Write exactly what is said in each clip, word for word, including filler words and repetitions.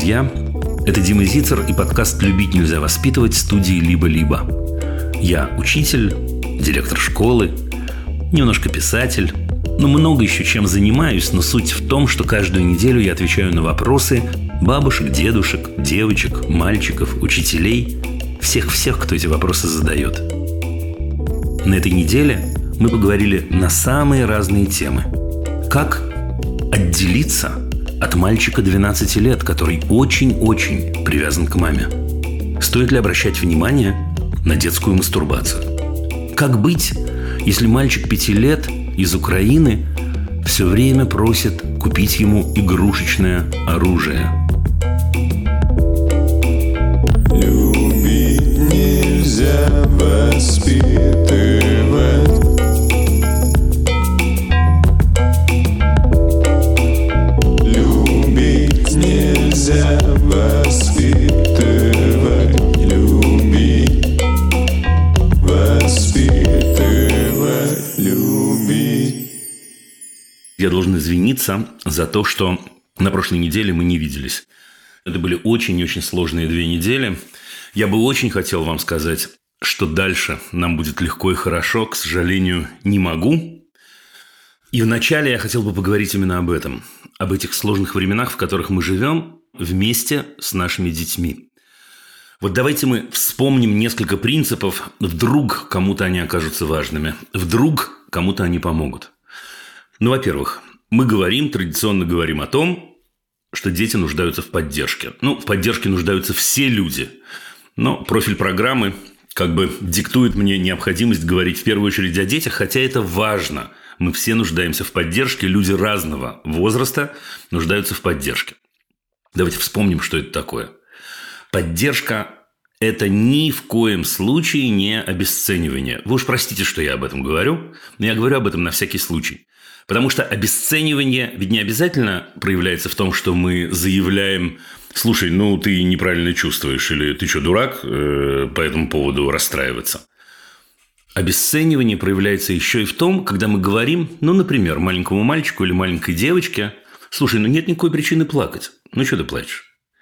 друзья! Это Дима Зицер и подкаст «Любить нельзя воспитывать» студии «Либо-либо». Я учитель, директор школы, немножко писатель, но много еще чем занимаюсь, но суть в том, что каждую неделю я отвечаю на вопросы бабушек, дедушек, девочек, мальчиков, учителей, всех-всех, кто эти вопросы задает. На этой неделе мы поговорили на самые разные темы. Как отделиться от мальчика двенадцати лет, который очень-очень привязан к маме? Стоит ли обращать внимание на детскую мастурбацию? Как быть, если мальчик пяти лет из Украины все время просит купить ему игрушечное оружие? Любить нельзя воспитывать. Любить нельзя воспитывать. Любить, воспитывать, любить. Я должен извиниться за то, что на прошлой неделе мы не виделись. Это были очень-очень сложные две недели. Я бы очень хотел вам сказать, что дальше нам будет легко и хорошо. К сожалению, не могу. И вначале я хотел бы поговорить именно об этом. Об этих сложных временах, в которых мы живем вместе с нашими детьми. Вот давайте мы вспомним несколько принципов. Вдруг кому-то они окажутся важными. Вдруг кому-то они помогут. Ну, во-первых, мы говорим, традиционно говорим о том, что дети нуждаются в поддержке. Ну, в поддержке нуждаются все люди. Но профиль программы как бы диктует мне необходимость говорить в первую очередь о детях, хотя это важно. Мы все нуждаемся в поддержке. Люди разного возраста нуждаются в поддержке. Давайте вспомним, что это такое. Поддержка – это ни в коем случае не обесценивание. Вы уж простите, что я об этом говорю, но я говорю об этом на всякий случай. Потому что обесценивание ведь не обязательно проявляется в том, что мы заявляем: слушай, ну ты неправильно чувствуешь, или ты что, дурак, э, по этому поводу расстраиваться. Обесценивание проявляется еще и в том, когда мы говорим, ну, например, маленькому мальчику или маленькой девочке: слушай, ну нет никакой причины плакать. Ну что ты плачешь?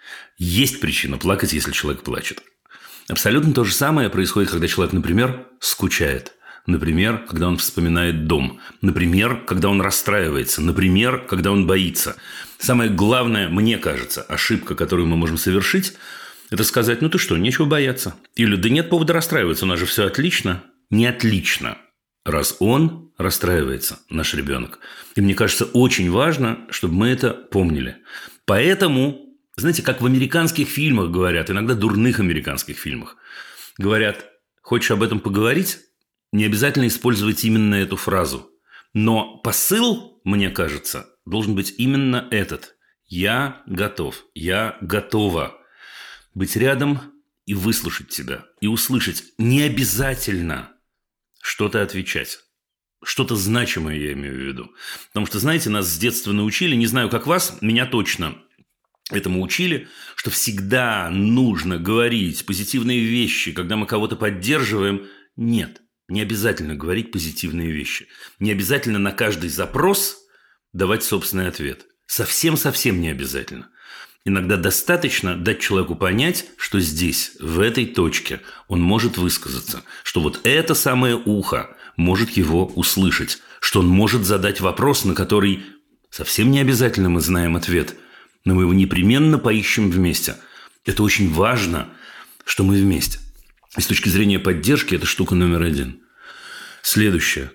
Есть причина плакать, если человек плачет. Абсолютно то же самое происходит, когда человек, например, скучает. Например, когда он вспоминает дом. Например, когда он расстраивается. Например, когда он боится. Самое главное, мне кажется, ошибка, которую мы можем совершить, это сказать: ну ты что, нечего бояться. Или: да нет повода расстраиваться, у нас же все отлично. Не отлично, раз он расстраивается, наш ребенок. И мне кажется, очень важно, чтобы мы это помнили. Поэтому, знаете, как в американских фильмах говорят, иногда дурных американских фильмах, говорят: хочешь об этом поговорить? Не обязательно использовать именно эту фразу. Но посыл, мне кажется, должен быть именно этот. Я готов, я готова быть рядом и выслушать тебя, и услышать. Не обязательно что-то отвечать. Что-то значимое я имею в виду. Потому что, знаете, нас с детства научили, не знаю, как вас, меня точно этому учили, что всегда нужно говорить позитивные вещи, когда мы кого-то поддерживаем. Нет. Не обязательно говорить позитивные вещи. Не обязательно на каждый запрос давать собственный ответ. Совсем-совсем не обязательно. Иногда достаточно дать человеку понять, что здесь, в этой точке, он может высказаться. Что вот это самое ухо может его услышать. Что он может задать вопрос, на который совсем не обязательно мы знаем ответ. Но мы его непременно поищем вместе. Это очень важно, что мы вместе. И с точки зрения поддержки это штука номер один. Следующее.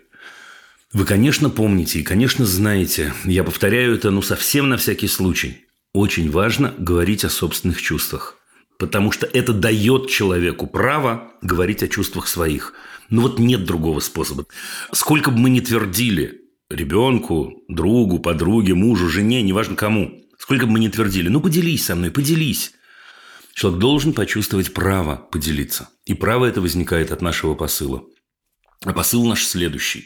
Вы, конечно, помните и, конечно, знаете, я повторяю это, ну, совсем на всякий случай. Очень важно говорить о собственных чувствах. Потому что это дает человеку право говорить о чувствах своих. Ну, вот нет другого способа. Сколько бы мы ни твердили ребенку, другу, подруге, мужу, жене, неважно кому, сколько бы мы ни твердили: ну, поделись со мной, поделись. Человек должен почувствовать право поделиться. И право это возникает от нашего посыла. А посыл наш следующий.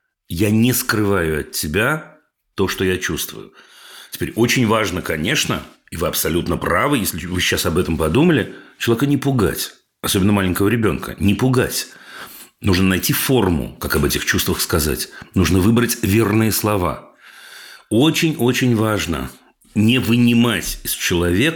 Я не скрываю от тебя то, что я чувствую. Теперь очень важно, конечно, и вы абсолютно правы, если вы сейчас об этом подумали, человека не пугать. Особенно маленького ребенка. Не пугать. Нужно найти форму, как об этих чувствах сказать. Нужно выбрать верные слова. Очень-очень важно не вынимать из человека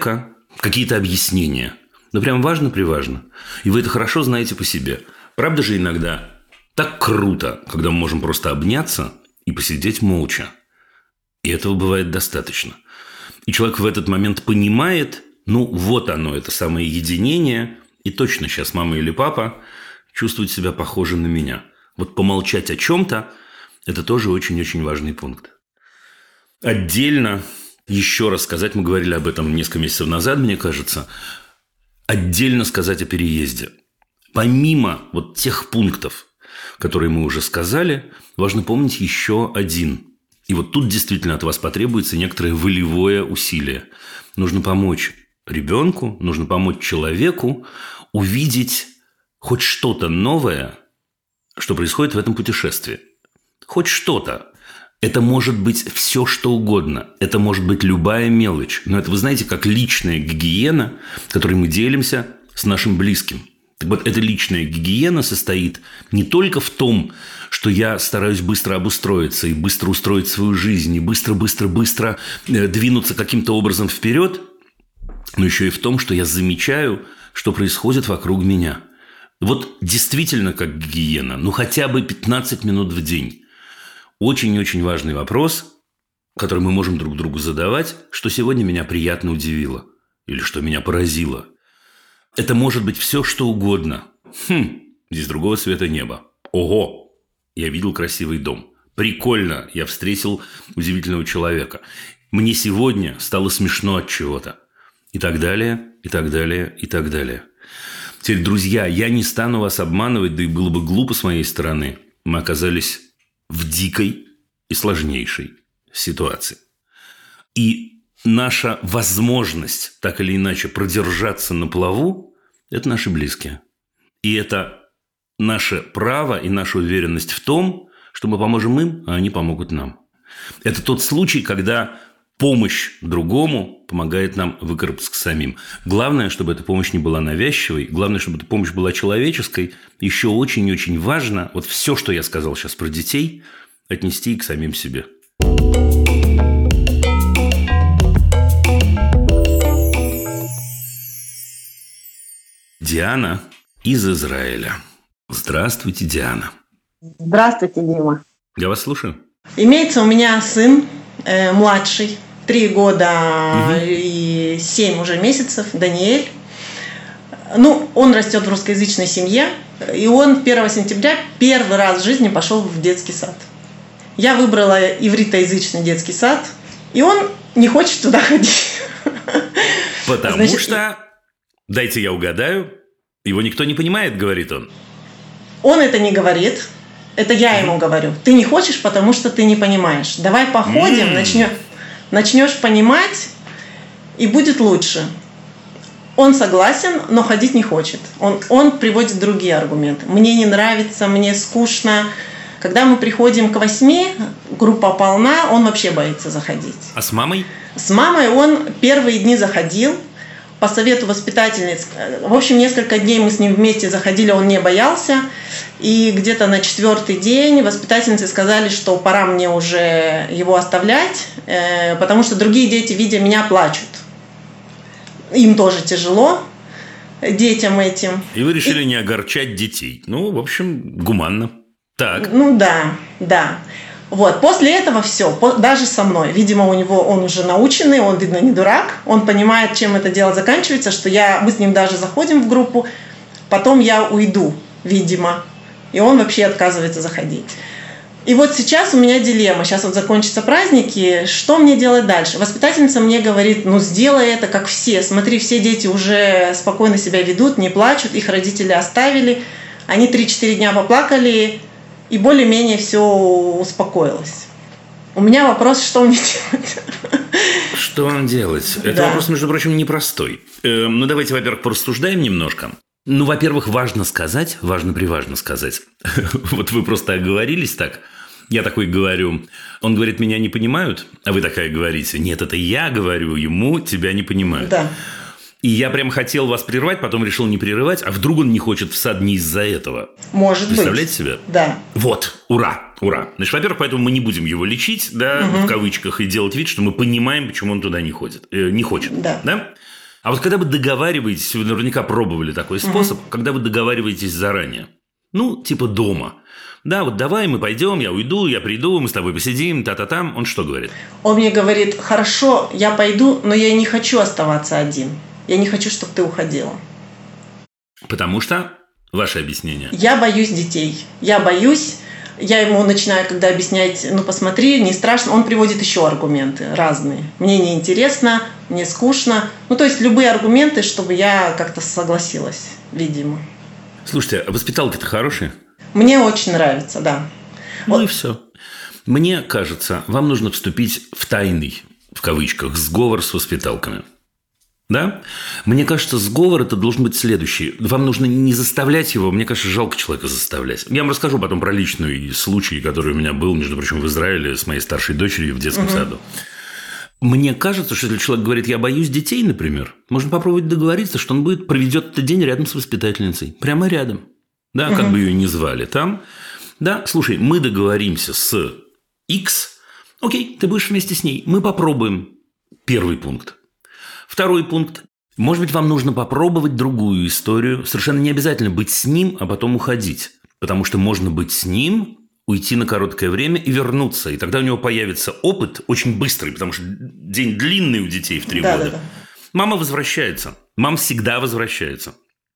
какие-то объяснения. Но прям важно-приважно. И вы это хорошо знаете по себе. Правда же иногда так круто, когда мы можем просто обняться и посидеть молча. И этого бывает достаточно. И человек в этот момент понимает, ну, вот оно, это самое единение, и точно сейчас мама или папа чувствуют себя похожим на меня. Вот помолчать о чем-то – это тоже очень-очень важный пункт. Отдельно, еще раз сказать, мы говорили об этом несколько месяцев назад, мне кажется, отдельно сказать о переезде. Помимо вот тех пунктов, которые мы уже сказали, важно помнить еще один. И вот тут действительно от вас потребуется некоторое волевое усилие. Нужно помочь ребенку, нужно помочь человеку увидеть хоть что-то новое, что происходит в этом путешествии. Хоть что-то. Это может быть все, что угодно. Это может быть любая мелочь. Но это, вы знаете, как личная гигиена, которой мы делимся с нашим близким. Так вот, эта личная гигиена состоит не только в том, что я стараюсь быстро обустроиться и быстро устроить свою жизнь, и быстро-быстро-быстро двинуться каким-то образом вперед, но еще и в том, что я замечаю, что происходит вокруг меня. Вот действительно как гигиена, ну хотя бы пятнадцать минут в день. Очень-очень важный вопрос, который мы можем друг другу задавать, что сегодня меня приятно удивило или что меня поразило. Это может быть все, что угодно. Хм, здесь другого цвета неба. Ого, я видел красивый дом. Прикольно, я встретил удивительного человека. Мне сегодня стало смешно от чего-то. И так далее, и так далее, и так далее. Теперь, друзья, я не стану вас обманывать, да и было бы глупо с моей стороны. Мы оказались в дикой и сложнейшей ситуации. И наша возможность так или иначе продержаться на плаву – это наши близкие. И это наше право и наша уверенность в том, что мы поможем им, а они помогут нам. Это тот случай, когда помощь другому помогает нам выкарабкаться самим. Главное, чтобы эта помощь не была навязчивой. Главное, чтобы эта помощь была человеческой. Еще очень и очень важно, вот все, что я сказал сейчас про детей, отнести к самим себе. Диана из Израиля. Здравствуйте, Диана. Здравствуйте, Дима. Я вас слушаю. Имеется у меня сын э, младший, три года угу. и семь уже месяцев, Даниэль. Ну, он растет в русскоязычной семье, и он первого сентября первый раз в жизни пошел в детский сад. Я выбрала ивритоязычный детский сад, и он не хочет туда ходить. Потому Значит, что, дайте я угадаю, его никто не понимает, говорит он. Он это не говорит, это я ему говорю. Ты не хочешь, потому что ты не понимаешь. Давай походим, Mm. начнешь, начнешь понимать, и будет лучше. Он согласен, но ходить не хочет. Он, он приводит другие аргументы. Мне не нравится, мне скучно. Когда мы приходим к восьми, группа полна, он вообще боится заходить. А с мамой? С мамой он первые дни заходил. По совету воспитательниц, в общем, несколько дней мы с ним вместе заходили, он не боялся. И где-то на четвертый день воспитательницы сказали, что пора мне уже его оставлять, потому что другие дети, видя меня, плачут. Им тоже тяжело, детям этим. И вы решили и... не огорчать детей. Ну, в общем, гуманно. Так. Ну да, да. Вот, после этого все, даже со мной. Видимо, у него он уже наученный, он, видно, не дурак. Он понимает, чем это дело заканчивается, что я, мы с ним даже заходим в группу, потом я уйду, видимо. И он вообще отказывается заходить. И вот сейчас у меня дилемма. Сейчас вот закончатся праздники. Что мне делать дальше? Воспитательница мне говорит, ну сделай это как все. Смотри, все дети уже спокойно себя ведут, не плачут, их родители оставили. Они три-четыре дня поплакали, и более-менее все успокоилось. У меня вопрос, что мне делать? Что вам делать? Это да. вопрос, между прочим, непростой. Э, ну, давайте, во-первых, порассуждаем немножко. Ну, во-первых, важно сказать, важно-приважно сказать. Вот вы просто оговорились так. Я такой говорю. Он говорит, меня не понимают, а вы такая говорите. Нет, это я говорю ему, тебя не понимают. Да. И я прям хотел вас прервать, потом решил не прерывать. А вдруг он не хочет в сад не из-за этого? Может быть. Представляете себе? Да. Вот, ура, ура. Значит, во-первых, поэтому мы не будем его лечить, да, угу. в кавычках, и делать вид, что мы понимаем, почему он туда не ходит, э, не хочет. Да. да. А вот когда вы договариваетесь, вы наверняка пробовали такой способ, угу. когда вы договариваетесь заранее, ну, типа дома. Да, вот давай мы пойдем, я уйду, я приду, мы с тобой посидим, та-та-там. Он что говорит? Он мне говорит: хорошо, я пойду, но я не хочу оставаться один. Я не хочу, чтобы ты уходила. Потому что? Ваше объяснение. Я боюсь детей. Я боюсь. Я ему начинаю, когда объяснять, ну посмотри, не страшно. Он приводит еще аргументы разные. Мне неинтересно, мне скучно. Ну то есть любые аргументы, чтобы я как-то согласилась, видимо. Слушайте, а воспиталки-то хорошие? Мне очень нравится, да. Ну вот. И все. Мне кажется, вам нужно вступить в тайный, в кавычках, сговор с воспиталками. Да? Мне кажется, сговор это должен быть следующий. Вам нужно не заставлять его. Мне кажется, жалко человека заставлять. Я вам расскажу потом про личный случай, который у меня был, между прочим, в Израиле с моей старшей дочерью в детском угу. саду. Мне кажется, что если человек говорит: я боюсь детей, например, можно попробовать договориться, что он будет проведет этот день рядом с воспитательницей. Прямо рядом. Да, угу. как бы ее ни звали там. Да, слушай, мы договоримся с X. Окей, ты будешь вместе с ней. Мы попробуем. Первый пункт. Второй пункт. Может быть, вам нужно попробовать другую историю. Совершенно не обязательно быть с ним, а потом уходить. Потому что можно быть с ним, уйти на короткое время и вернуться. И тогда у него появится опыт очень быстрый, потому что день длинный у детей в три да, года. Да, да. Мама возвращается. Мама всегда возвращается.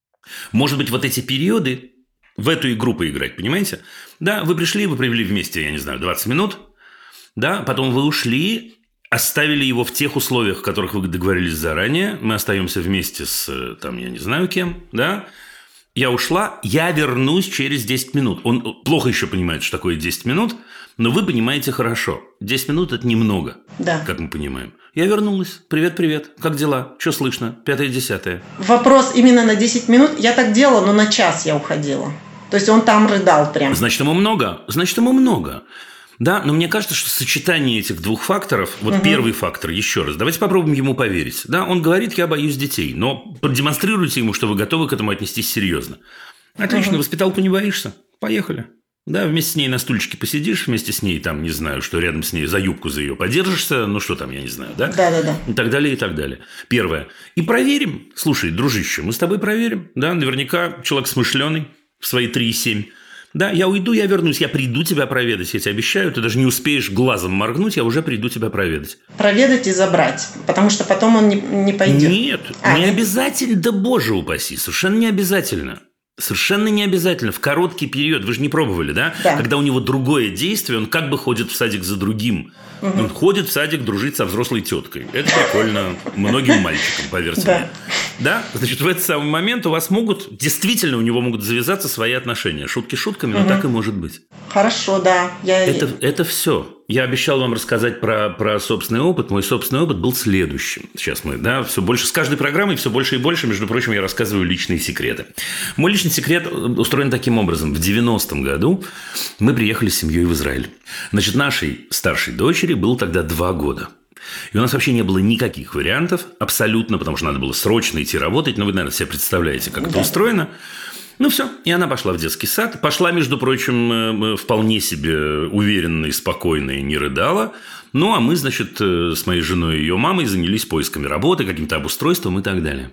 Может быть, вот эти периоды в эту игру поиграть, понимаете? Да, вы пришли, вы провели вместе, я не знаю, двадцать минут. Да, потом вы ушли, оставили его в тех условиях, в которых вы договорились заранее. Мы остаемся вместе с, там, я не знаю кем, да. Я ушла, я вернусь через десять минут. Он плохо еще понимает, что такое десять минут, но вы понимаете хорошо. десять минут – это немного, да. как мы понимаем. Я вернулась. Привет-привет. Как дела? Что слышно? Пятое-десятое. Вопрос именно на десять минут. Я так делала, но на час я уходила. То есть он там рыдал прям. Значит, ему много. Значит, ему много. Да, но мне кажется, что сочетание этих двух факторов, вот угу. первый фактор, еще раз, давайте попробуем ему поверить. Да, он говорит: я боюсь детей, но продемонстрируйте ему, что вы готовы к этому отнестись серьезно. Отлично, угу. воспиталку не боишься? Поехали. Да, вместе с ней на стульчике посидишь, вместе с ней, там, не знаю, что рядом с ней за юбку за ее подержишься, ну, что там, я не знаю, да? Да-да-да. И так далее, и так далее. Первое. И проверим. Слушай, дружище, мы с тобой проверим. Да, наверняка человек смышленый в свои три и семь. Да, я уйду, я вернусь, я приду тебя проведать, я тебе обещаю, ты даже не успеешь глазом моргнуть, я уже приду тебя проведать. Проведать и забрать, потому что потом он не, не пойдет. Нет, а, не обязательно, да боже упаси, совершенно не обязательно. Совершенно не обязательно. В короткий период, вы же не пробовали, да? Да. Когда у него другое действие, он как бы ходит в садик за другим. Угу. Он ходит в садик дружить со взрослой теткой. Это прикольно многим мальчикам, поверьте да. мне. Да? Значит, в этот самый момент у вас могут, действительно, у него могут завязаться свои отношения. Шутки шутками, угу. но так и может быть. Хорошо, да. Я... Это, это все. Я обещал вам рассказать про, про собственный опыт. Мой собственный опыт был следующим. Сейчас мы, да, все больше с каждой программой, все больше и больше. Между прочим, я рассказываю личные секреты. Мой личный секрет устроен таким образом. В девяностом году мы приехали с семьей в Израиль. Значит, нашей старшей дочери было тогда два года. И у нас вообще не было никаких вариантов, абсолютно, потому что надо было срочно идти работать. Но вы, наверное, себе представляете, как да. это устроено. Ну, все. И она пошла в детский сад. Пошла, между прочим, вполне себе уверенной, спокойной, не рыдала. Ну, а мы, значит, с моей женой и ее мамой занялись поисками работы, каким-то обустройством и так далее.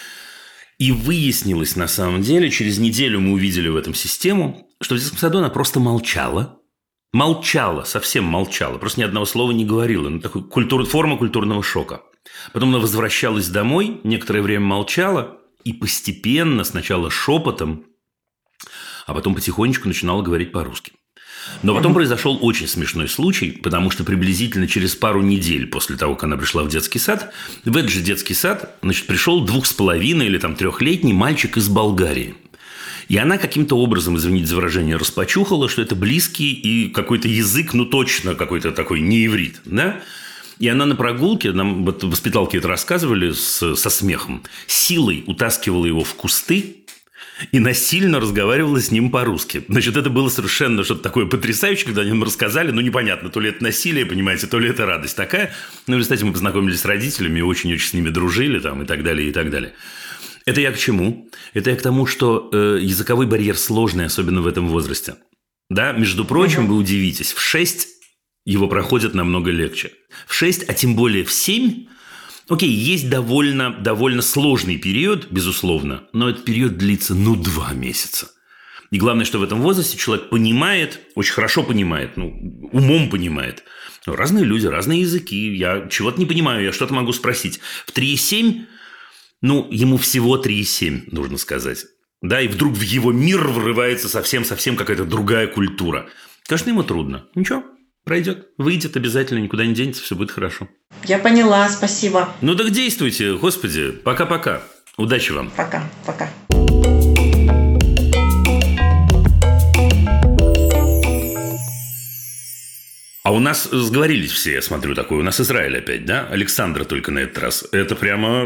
И выяснилось, на самом деле, через неделю мы увидели в этом систему, что в детском саду она просто молчала. Молчала, совсем молчала. Просто ни одного слова не говорила. Ну, такой культур... форма культурного шока. Потом она возвращалась домой, некоторое время молчала. И постепенно, сначала шепотом, а потом потихонечку начинала говорить по-русски. Но потом произошел очень смешной случай, потому что приблизительно через пару недель после того, как она пришла в детский сад, в этот же детский сад, значит, пришел двух с половиной или там трехлетний мальчик из Болгарии. И она каким-то образом, извините за выражение, распочухала, что это близкий и какой-то язык, ну точно какой-то такой не иврит, да? И она на прогулке, нам вот воспиталки это рассказывали с, со смехом, силой утаскивала его в кусты и насильно разговаривала с ним по-русски. Значит, это было совершенно что-то такое потрясающее, когда они нам рассказали, ну, непонятно, то ли это насилие, понимаете, то ли это радость такая. Ну, в результате мы познакомились с родителями, очень-очень с ними дружили там, и так далее, и так далее. Это я к чему? Это я к тому, что э, языковой барьер сложный, особенно в этом возрасте. Да, между прочим, вы удивитесь, в шесть его проходят намного легче. В шесть, а тем более в семь, Окей, есть довольно, довольно сложный период, безусловно, но этот период длится, ну, два месяца. И главное, что в этом возрасте человек понимает, очень хорошо понимает, ну, умом понимает. Ну, разные люди, разные языки. Я чего-то не понимаю, я что-то могу спросить. В три и семь, ну, ему всего три и семь, нужно сказать. Да, и вдруг в его мир врывается совсем-совсем какая-то другая культура. Конечно, ему трудно. Ничего, пройдет, выйдет обязательно, никуда не денется, все будет хорошо. Я поняла, спасибо. Ну так действуйте, господи. Пока-пока. Удачи вам. Пока, пока. А у нас сговорились все, я смотрю, такое. У нас Израиль опять, да? Александра только на этот раз. Это прямо...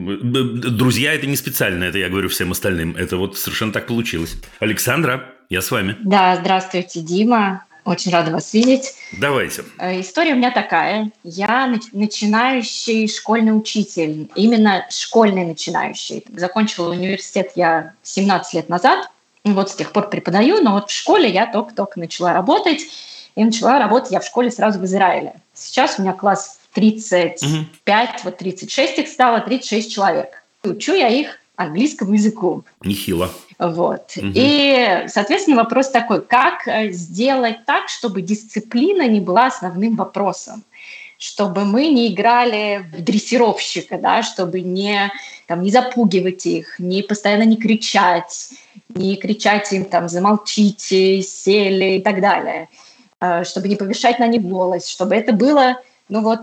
Друзья, это не специально, это я говорю всем остальным. Это вот совершенно так получилось. Александра, я с вами. Да, здравствуйте, Дима. Очень рада вас видеть. Давайте. История у меня такая. Я начинающий школьный учитель. Именно школьный начинающий. Закончила университет я семнадцать лет назад. Вот с тех пор преподаю, но вот в школе я только-только начала работать. И начала работать я в школе сразу в Израиле. Сейчас у меня класс тридцать пять, угу. Вот тридцать шесть их стало, тридцать шесть человек. Учу я их английскому языку. Нехило. Вот. Угу. И, соответственно, вопрос такой, как сделать так, чтобы дисциплина не была основным вопросом? Чтобы мы не играли в дрессировщика, да, чтобы не, там, не запугивать их, не постоянно не кричать, не кричать им там «замолчите», «сели» и так далее. Чтобы не повышать на них голос, чтобы это было, ну вот,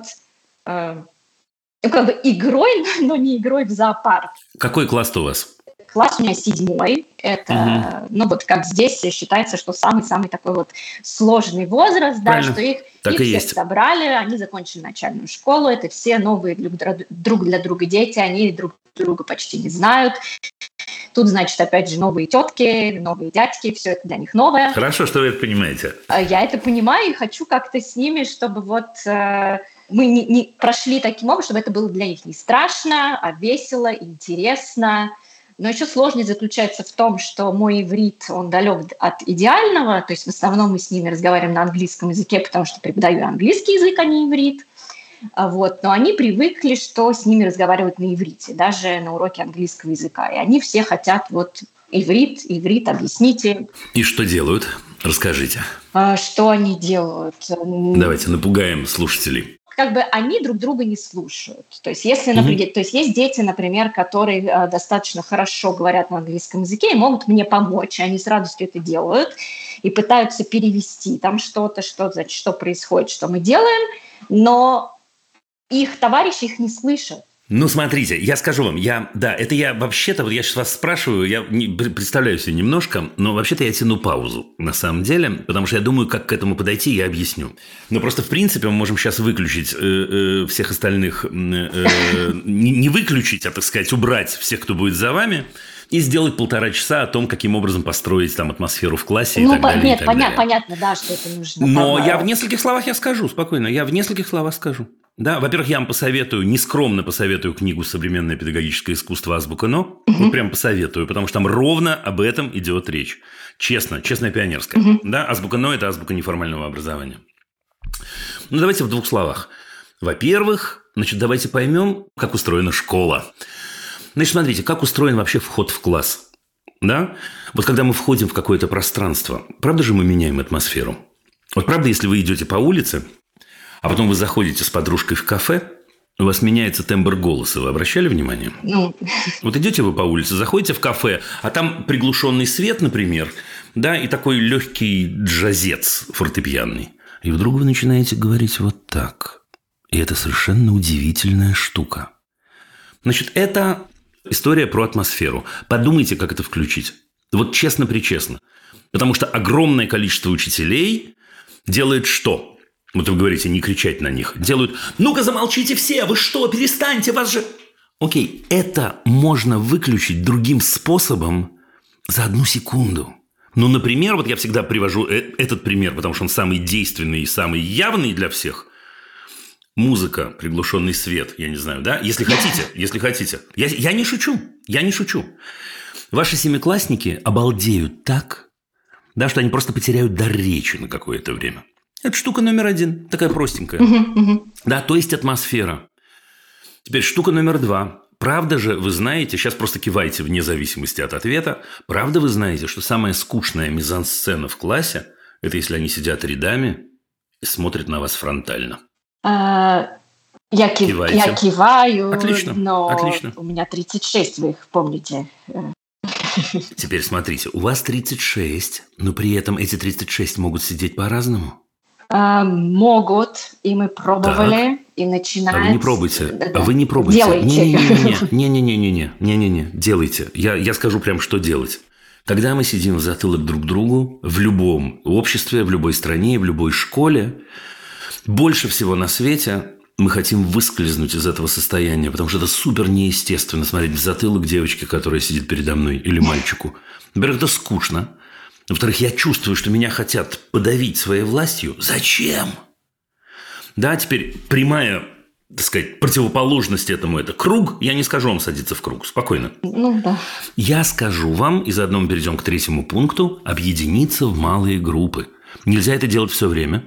э, ну как бы игрой, но не игрой в зоопарк. Какой класс-то у вас? Класс у меня седьмой. Это, угу. ну вот как здесь считается, что самый-самый такой вот сложный возраст, да, что их, их всех есть. Собрали, они закончили начальную школу, это все новые друг для друга дети, они друг друга почти не знают. Тут, значит, опять же, новые тетки, новые дядьки, все это для них новое. Хорошо, что вы это понимаете. Я это понимаю и хочу как-то с ними, чтобы вот э, мы не, не прошли таким образом, чтобы это было для них не страшно, а весело, интересно. Но еще сложность заключается в том, что мой иврит, он далек от идеального, то есть в основном мы с ними разговариваем на английском языке, потому что преподаю английский язык, а не иврит. Вот. Но они привыкли, что с ними разговаривают на иврите, даже на уроке английского языка. И они все хотят вот иврит, иврит, объясните. И что делают? Расскажите. А, что они делают? Давайте напугаем слушателей. Как бы они друг друга не слушают. То есть, если, например, mm-hmm. то есть есть дети, например, которые э, достаточно хорошо говорят на английском языке и могут мне помочь, и они с радостью это делают и пытаются перевести там что-то, что, значит, что происходит, что мы делаем, но их товарищи их не слышат. Ну, смотрите, я скажу вам, я, да, это я вообще-то, вот я сейчас вас спрашиваю, я не, представляю себе немножко, но вообще-то я тяну паузу, на самом деле, потому что я думаю, как к этому подойти, я объясню. Но просто, в принципе, мы можем сейчас выключить э, э, всех остальных, э, э, не, не выключить, а, так сказать, убрать всех, кто будет за вами, и сделать полтора часа о том, каким образом построить там атмосферу в классе ну, и так по- далее. Нет, и так поня- далее. понятно, да, что это нужно. Но там, я в нескольких словах я скажу, спокойно, я в нескольких словах скажу. Да, во-первых, я вам посоветую, нескромно посоветую книгу «Современное педагогическое искусство. Азбука НО». Угу. Вот прям посоветую, потому что там ровно об этом идет речь. Честно, честная пионерская. Угу. Да, Азбука НО – это азбука неформального образования. Ну, давайте в двух словах. Во-первых, значит, давайте поймем, как устроена школа. Значит, смотрите, как устроен вообще вход в класс. Да? Вот когда мы входим в какое-то пространство, правда же мы меняем атмосферу? Вот правда, если вы идете по улице, а потом вы заходите с подружкой в кафе, у вас меняется тембр голоса. Вы обращали внимание? Ну. Вот идете вы по улице, заходите в кафе, а там приглушенный свет, например, да, и такой легкий джазец фортепианный. И вдруг вы начинаете говорить вот так. И это совершенно удивительная штука. Значит, это история про атмосферу. Подумайте, как это включить. Вот честно-причестно. Потому что огромное количество учителей делает что? Вот вы говорите, не кричать на них. Делают, ну-ка замолчите все, вы что, перестаньте, вас же... Окей, это можно выключить другим способом за одну секунду. Ну, например, вот я всегда привожу этот пример, потому что он самый действенный и самый явный для всех. Музыка, приглушенный свет, я не знаю, да? Если хотите, если хотите. Я, я не шучу, я не шучу. Ваши семиклассники обалдеют так, да, что они просто потеряют дар речи на какое-то время. Это штука номер один, такая простенькая. Uh-huh, uh-huh. Да, то есть атмосфера. Теперь штука номер два. Правда же вы знаете, сейчас просто кивайте вне зависимости от ответа, правда вы знаете, что самая скучная мизансцена в классе – это если они сидят рядами и смотрят на вас фронтально? А, я, кив... Кивайте. я киваю, Отлично, но отлично. у меня тридцать шесть, вы их помните. Теперь смотрите, у вас тридцать шесть, но при этом эти тридцать шесть могут сидеть по-разному. А, могут, и мы пробовали, Так. и начинается... А вы не пробуйте, Да, а вы не пробуйте. Делайте. Не-не-не-не-не, не-не-не, делайте. Я, я скажу прям, что делать. Когда мы сидим в затылок друг к другу, в любом обществе, в любой стране, в любой школе, больше всего на свете мы хотим выскользнуть из этого состояния, потому что это супер неестественно смотреть в затылок девочке, которая сидит передо мной, или мальчику. Во-первых, это скучно. Во-вторых, я чувствую, что меня хотят подавить своей властью. Зачем? Да, теперь прямая, так сказать, противоположность этому – это круг. Я не скажу вам садиться в круг. Спокойно. Ну да. Я скажу вам, и заодно мы перейдем к третьему пункту, объединиться в малые группы. Нельзя это делать все время,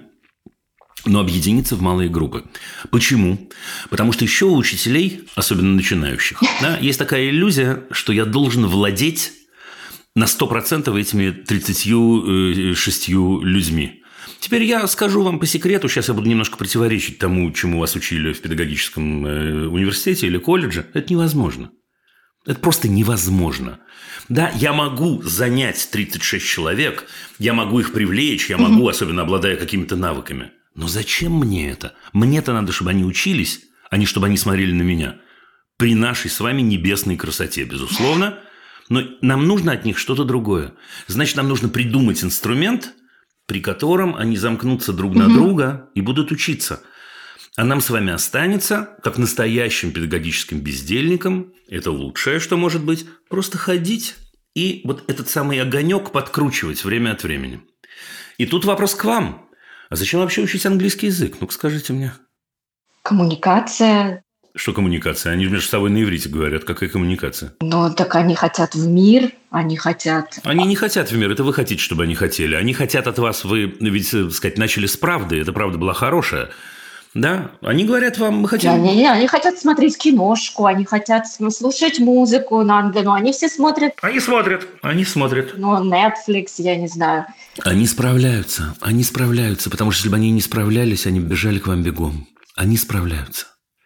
но объединиться в малые группы. Почему? Потому что еще у учителей, особенно начинающих, да, есть такая иллюзия, что я должен владеть на сто процентов этими тридцатью шестью людьми. Теперь я скажу вам по секрету, сейчас я буду немножко противоречить тому, чему вас учили в педагогическом университете или колледже. Это невозможно. Это просто невозможно. Да, я могу занять тридцать шесть человек, я могу их привлечь, я могу, особенно обладая какими-то навыками. Но зачем мне это? Мне-то надо, чтобы они учились, а не чтобы они смотрели на меня. При нашей с вами небесной красоте, безусловно. Но нам нужно от них что-то другое. Значит, нам нужно придумать инструмент, при котором они замкнутся друг на друга и будут учиться. А нам с вами останется, как настоящим педагогическим бездельникам, это лучшее, что может быть, просто ходить и вот этот самый огонек подкручивать время от времени. И тут вопрос к вам. А зачем вообще учить английский язык? Ну-ка, скажите мне. Коммуникация. Что коммуникация? Они между собой на иврите говорят. Какая коммуникация? Ну, так они хотят в мир, они хотят... Они не хотят в мир, это вы хотите, чтобы они хотели. Они хотят от вас, вы ведь, так сказать, начали с правды, эта правда была хорошая. Да? Они говорят вам, мы хотим... Они, они, они хотят смотреть киношку, они хотят слушать музыку, надо, но они все смотрят... Они смотрят, они смотрят. Ну, Netflix, я не знаю. Они справляются, они справляются, потому что если бы они не справлялись, они бы бежали к вам бегом. Они справляются.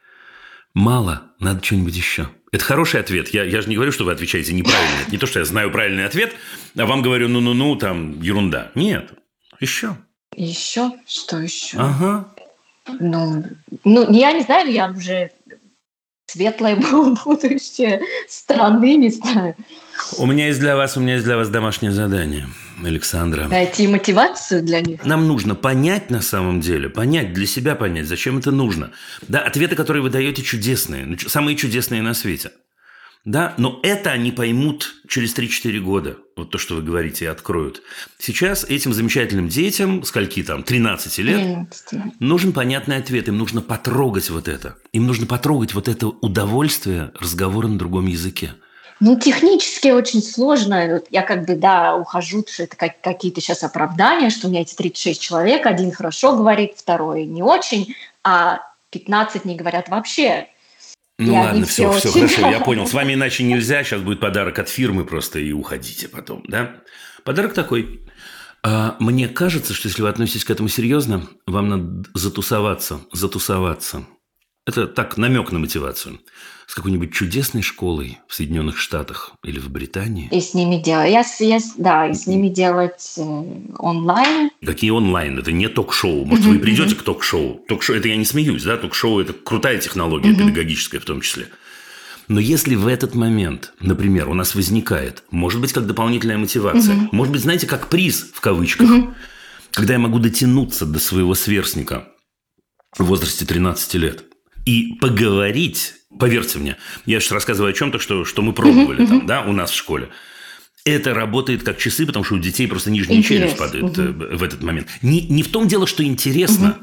Мало, надо что-нибудь еще. Это хороший ответ. Я, я же не говорю, что вы отвечаете неправильно. Это не то, что я знаю правильный ответ, а вам говорю, ну-ну-ну, там, ерунда. Нет, еще. Еще? Что еще? Ага. Ну, ну, я не знаю, я уже светлое будущее страны, не знаю. У меня есть для вас, у меня есть для вас домашнее задание, Александра. Найти мотивацию для них. Нам нужно понять на самом деле, понять, для себя понять, зачем это нужно. Да, ответы, которые вы даете, чудесные, самые чудесные на свете. Да, но это они поймут через три-четыре года. Вот то, что вы говорите, и откроют. Сейчас этим замечательным детям, скольки там, тринадцати лет, тринадцать. Нужен понятный ответ. Им нужно потрогать вот это. Им нужно потрогать вот это удовольствие разговора на другом языке. Ну, технически очень сложно. Вот я как бы, да, ухожу, что это как, какие-то сейчас оправдания, что у меня эти тридцать шесть человек, один хорошо говорит, второй не очень, а пятнадцать не говорят вообще. Ну и ладно, все, все, очень... хорошо, я понял. С вами иначе нельзя. Сейчас будет подарок от фирмы просто, и уходите потом, да? Подарок такой. А, мне кажется, что если вы относитесь к этому серьезно, вам надо затусоваться, затусоваться. Это так, намек на мотивацию. С какой-нибудь чудесной школой в Соединенных Штатах или в Британии. И с ними делать, я, я, да, и с ними делать э, онлайн. Какие онлайн? Это не ток-шоу. Может, вы придете к ток-шоу? Ток-шоу, это я не смеюсь, да? Ток-шоу – это крутая технология, mm-hmm. педагогическая в том числе. Но если в этот момент, например, у нас возникает, может быть, как дополнительная мотивация, mm-hmm. может быть, знаете, как приз, в кавычках, mm-hmm. когда я могу дотянуться до своего сверстника в возрасте тринадцати лет и поговорить, поверьте мне, я сейчас рассказываю о чем-то, что, что мы пробовали mm-hmm. там, да, у нас в школе. Это работает как часы, потому что у детей просто нижняя Интерес. челюсть падает mm-hmm. в этот момент. Не, не в том дело, что интересно, mm-hmm.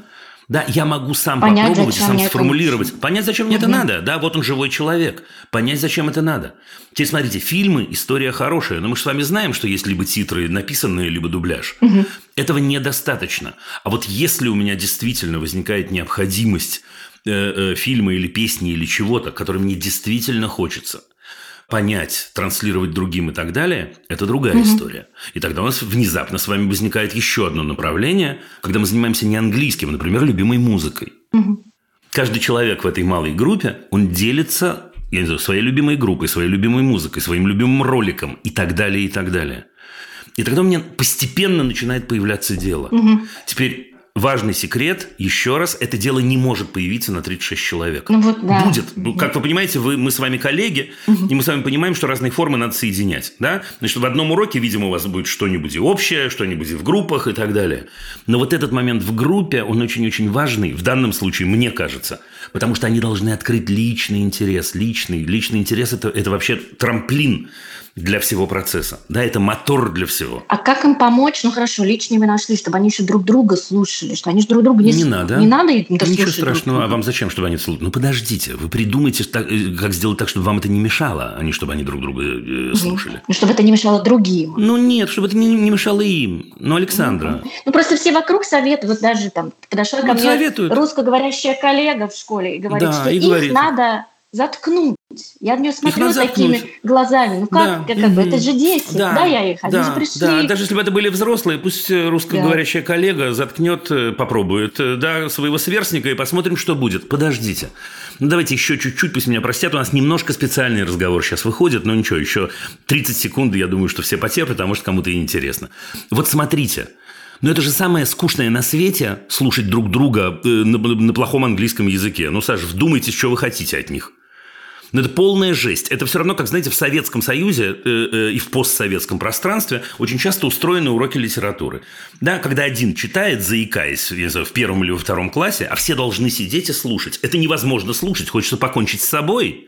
Да, я могу сам понять, попробовать и сам сформулировать. Это понять, зачем мне угу. это надо. Да, вот он живой человек. Понять, зачем это надо. Теперь смотрите, фильмы, история хорошая. Но мы же с вами знаем, что есть либо титры написанные, либо дубляж. Угу. Этого недостаточно. А вот если у меня действительно возникает необходимость э, э, фильма или песни или чего-то, который мне действительно хочется понять, транслировать другим и так далее, это другая угу. история. И тогда у нас внезапно с вами возникает еще одно направление, когда мы занимаемся не английским, а, например, любимой музыкой. Угу. Каждый человек в этой малой группе, он делится, я не знаю, своей любимой группой, своей любимой музыкой, своим любимым роликом и так далее, и так далее. И тогда у меня постепенно начинает появляться дело. Угу. Теперь... Важный секрет, еще раз, это дело не может появиться на тридцать шесть человек. Ну, вот, да. Будет. Как вы понимаете, вы, мы с вами коллеги, угу. и мы с вами понимаем, что разные формы надо соединять. Да? Значит, в одном уроке, видимо, у вас будет что-нибудь и общее, что-нибудь и в группах и так далее. Но вот этот момент в группе, он очень-очень важный, в данном случае, мне кажется, потому что они должны открыть личный интерес. Личный, личный интерес – это, это вообще трамплин для всего процесса. Да, это мотор для всего. А как им помочь? Ну, хорошо, лично мы нашли, чтобы они еще друг друга слушали, что они же друг друга не, не надо. Не надо им слушать. Ничего страшного. А вам зачем, чтобы они слушали? Ну, подождите. Вы придумайте, как сделать так, чтобы вам это не мешало, а не чтобы они друг друга э, слушали. Ну, чтобы это не мешало другим. Ну, нет, чтобы это не, не мешало им. Ну, Александра. Ну, ну, просто все вокруг советуют. Вот даже там подошла ко мне советуют. Русскоговорящая коллега в школе и говорит, да, что и их говорит. Надо заткнуть. Я на нее смотрю такими глазами. Ну как, да. как бы, это же дети. Да, да я их, они да, же пришли. Да. Даже если бы это были взрослые, пусть русскоговорящая да. коллега заткнет, попробует да, своего сверстника и посмотрим, что будет. Подождите. Ну, давайте еще чуть-чуть, пусть меня простят. У нас немножко специальный разговор сейчас выходит, но ничего, еще тридцать секунд, я думаю, что все потерпят, а может, кому-то и интересно. Вот смотрите. Но это же самое скучное на свете слушать друг друга на, на плохом английском языке. Ну, Саша, вдумайтесь, что вы хотите от них. Но это полная жесть. Это все равно, как, знаете, в Советском Союзе э, э, и в постсоветском пространстве очень часто устроены уроки литературы. Да, когда один читает, заикаясь, я не знаю, в первом или во втором классе, а все должны сидеть и слушать. Это невозможно слушать. Хочется покончить с собой.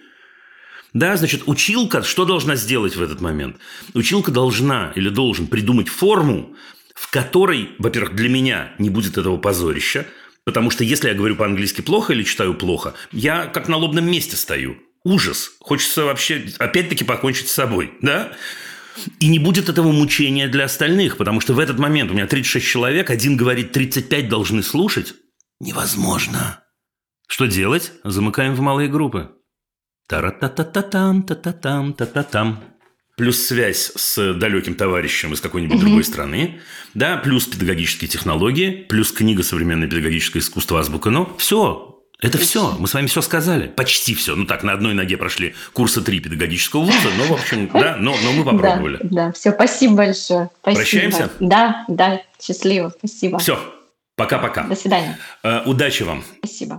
Да, значит, училка что должна сделать в этот момент? Училка должна или должен придумать форму, в которой, во-первых, для меня не будет этого позорища, потому что если я говорю по-английски плохо или читаю плохо, я как на лобном месте стою. Ужас. Хочется вообще опять-таки покончить с собой, да? И не будет этого мучения для остальных, потому что в этот момент у меня тридцать шесть человек, один говорит, тридцать пять должны слушать. Невозможно. Что делать? Замыкаем в малые группы. Та-ра-та-та-та-там, та-та-там, та-та-там. Плюс связь с далеким товарищем из какой-нибудь угу. другой страны, да, плюс педагогические технологии, плюс книга «Современное педагогическое искусство. Азбука НО». Все. Это все. Мы с вами все сказали. Почти все. Ну так, на одной ноге прошли курсы три педагогического вуза, но, в общем, да, но, но мы попробовали. Да, да, все. Спасибо большое. Спасибо. Прощаемся? Да, да. Счастливо. Спасибо. Все. Пока-пока. До свидания. Э, удачи вам. Спасибо.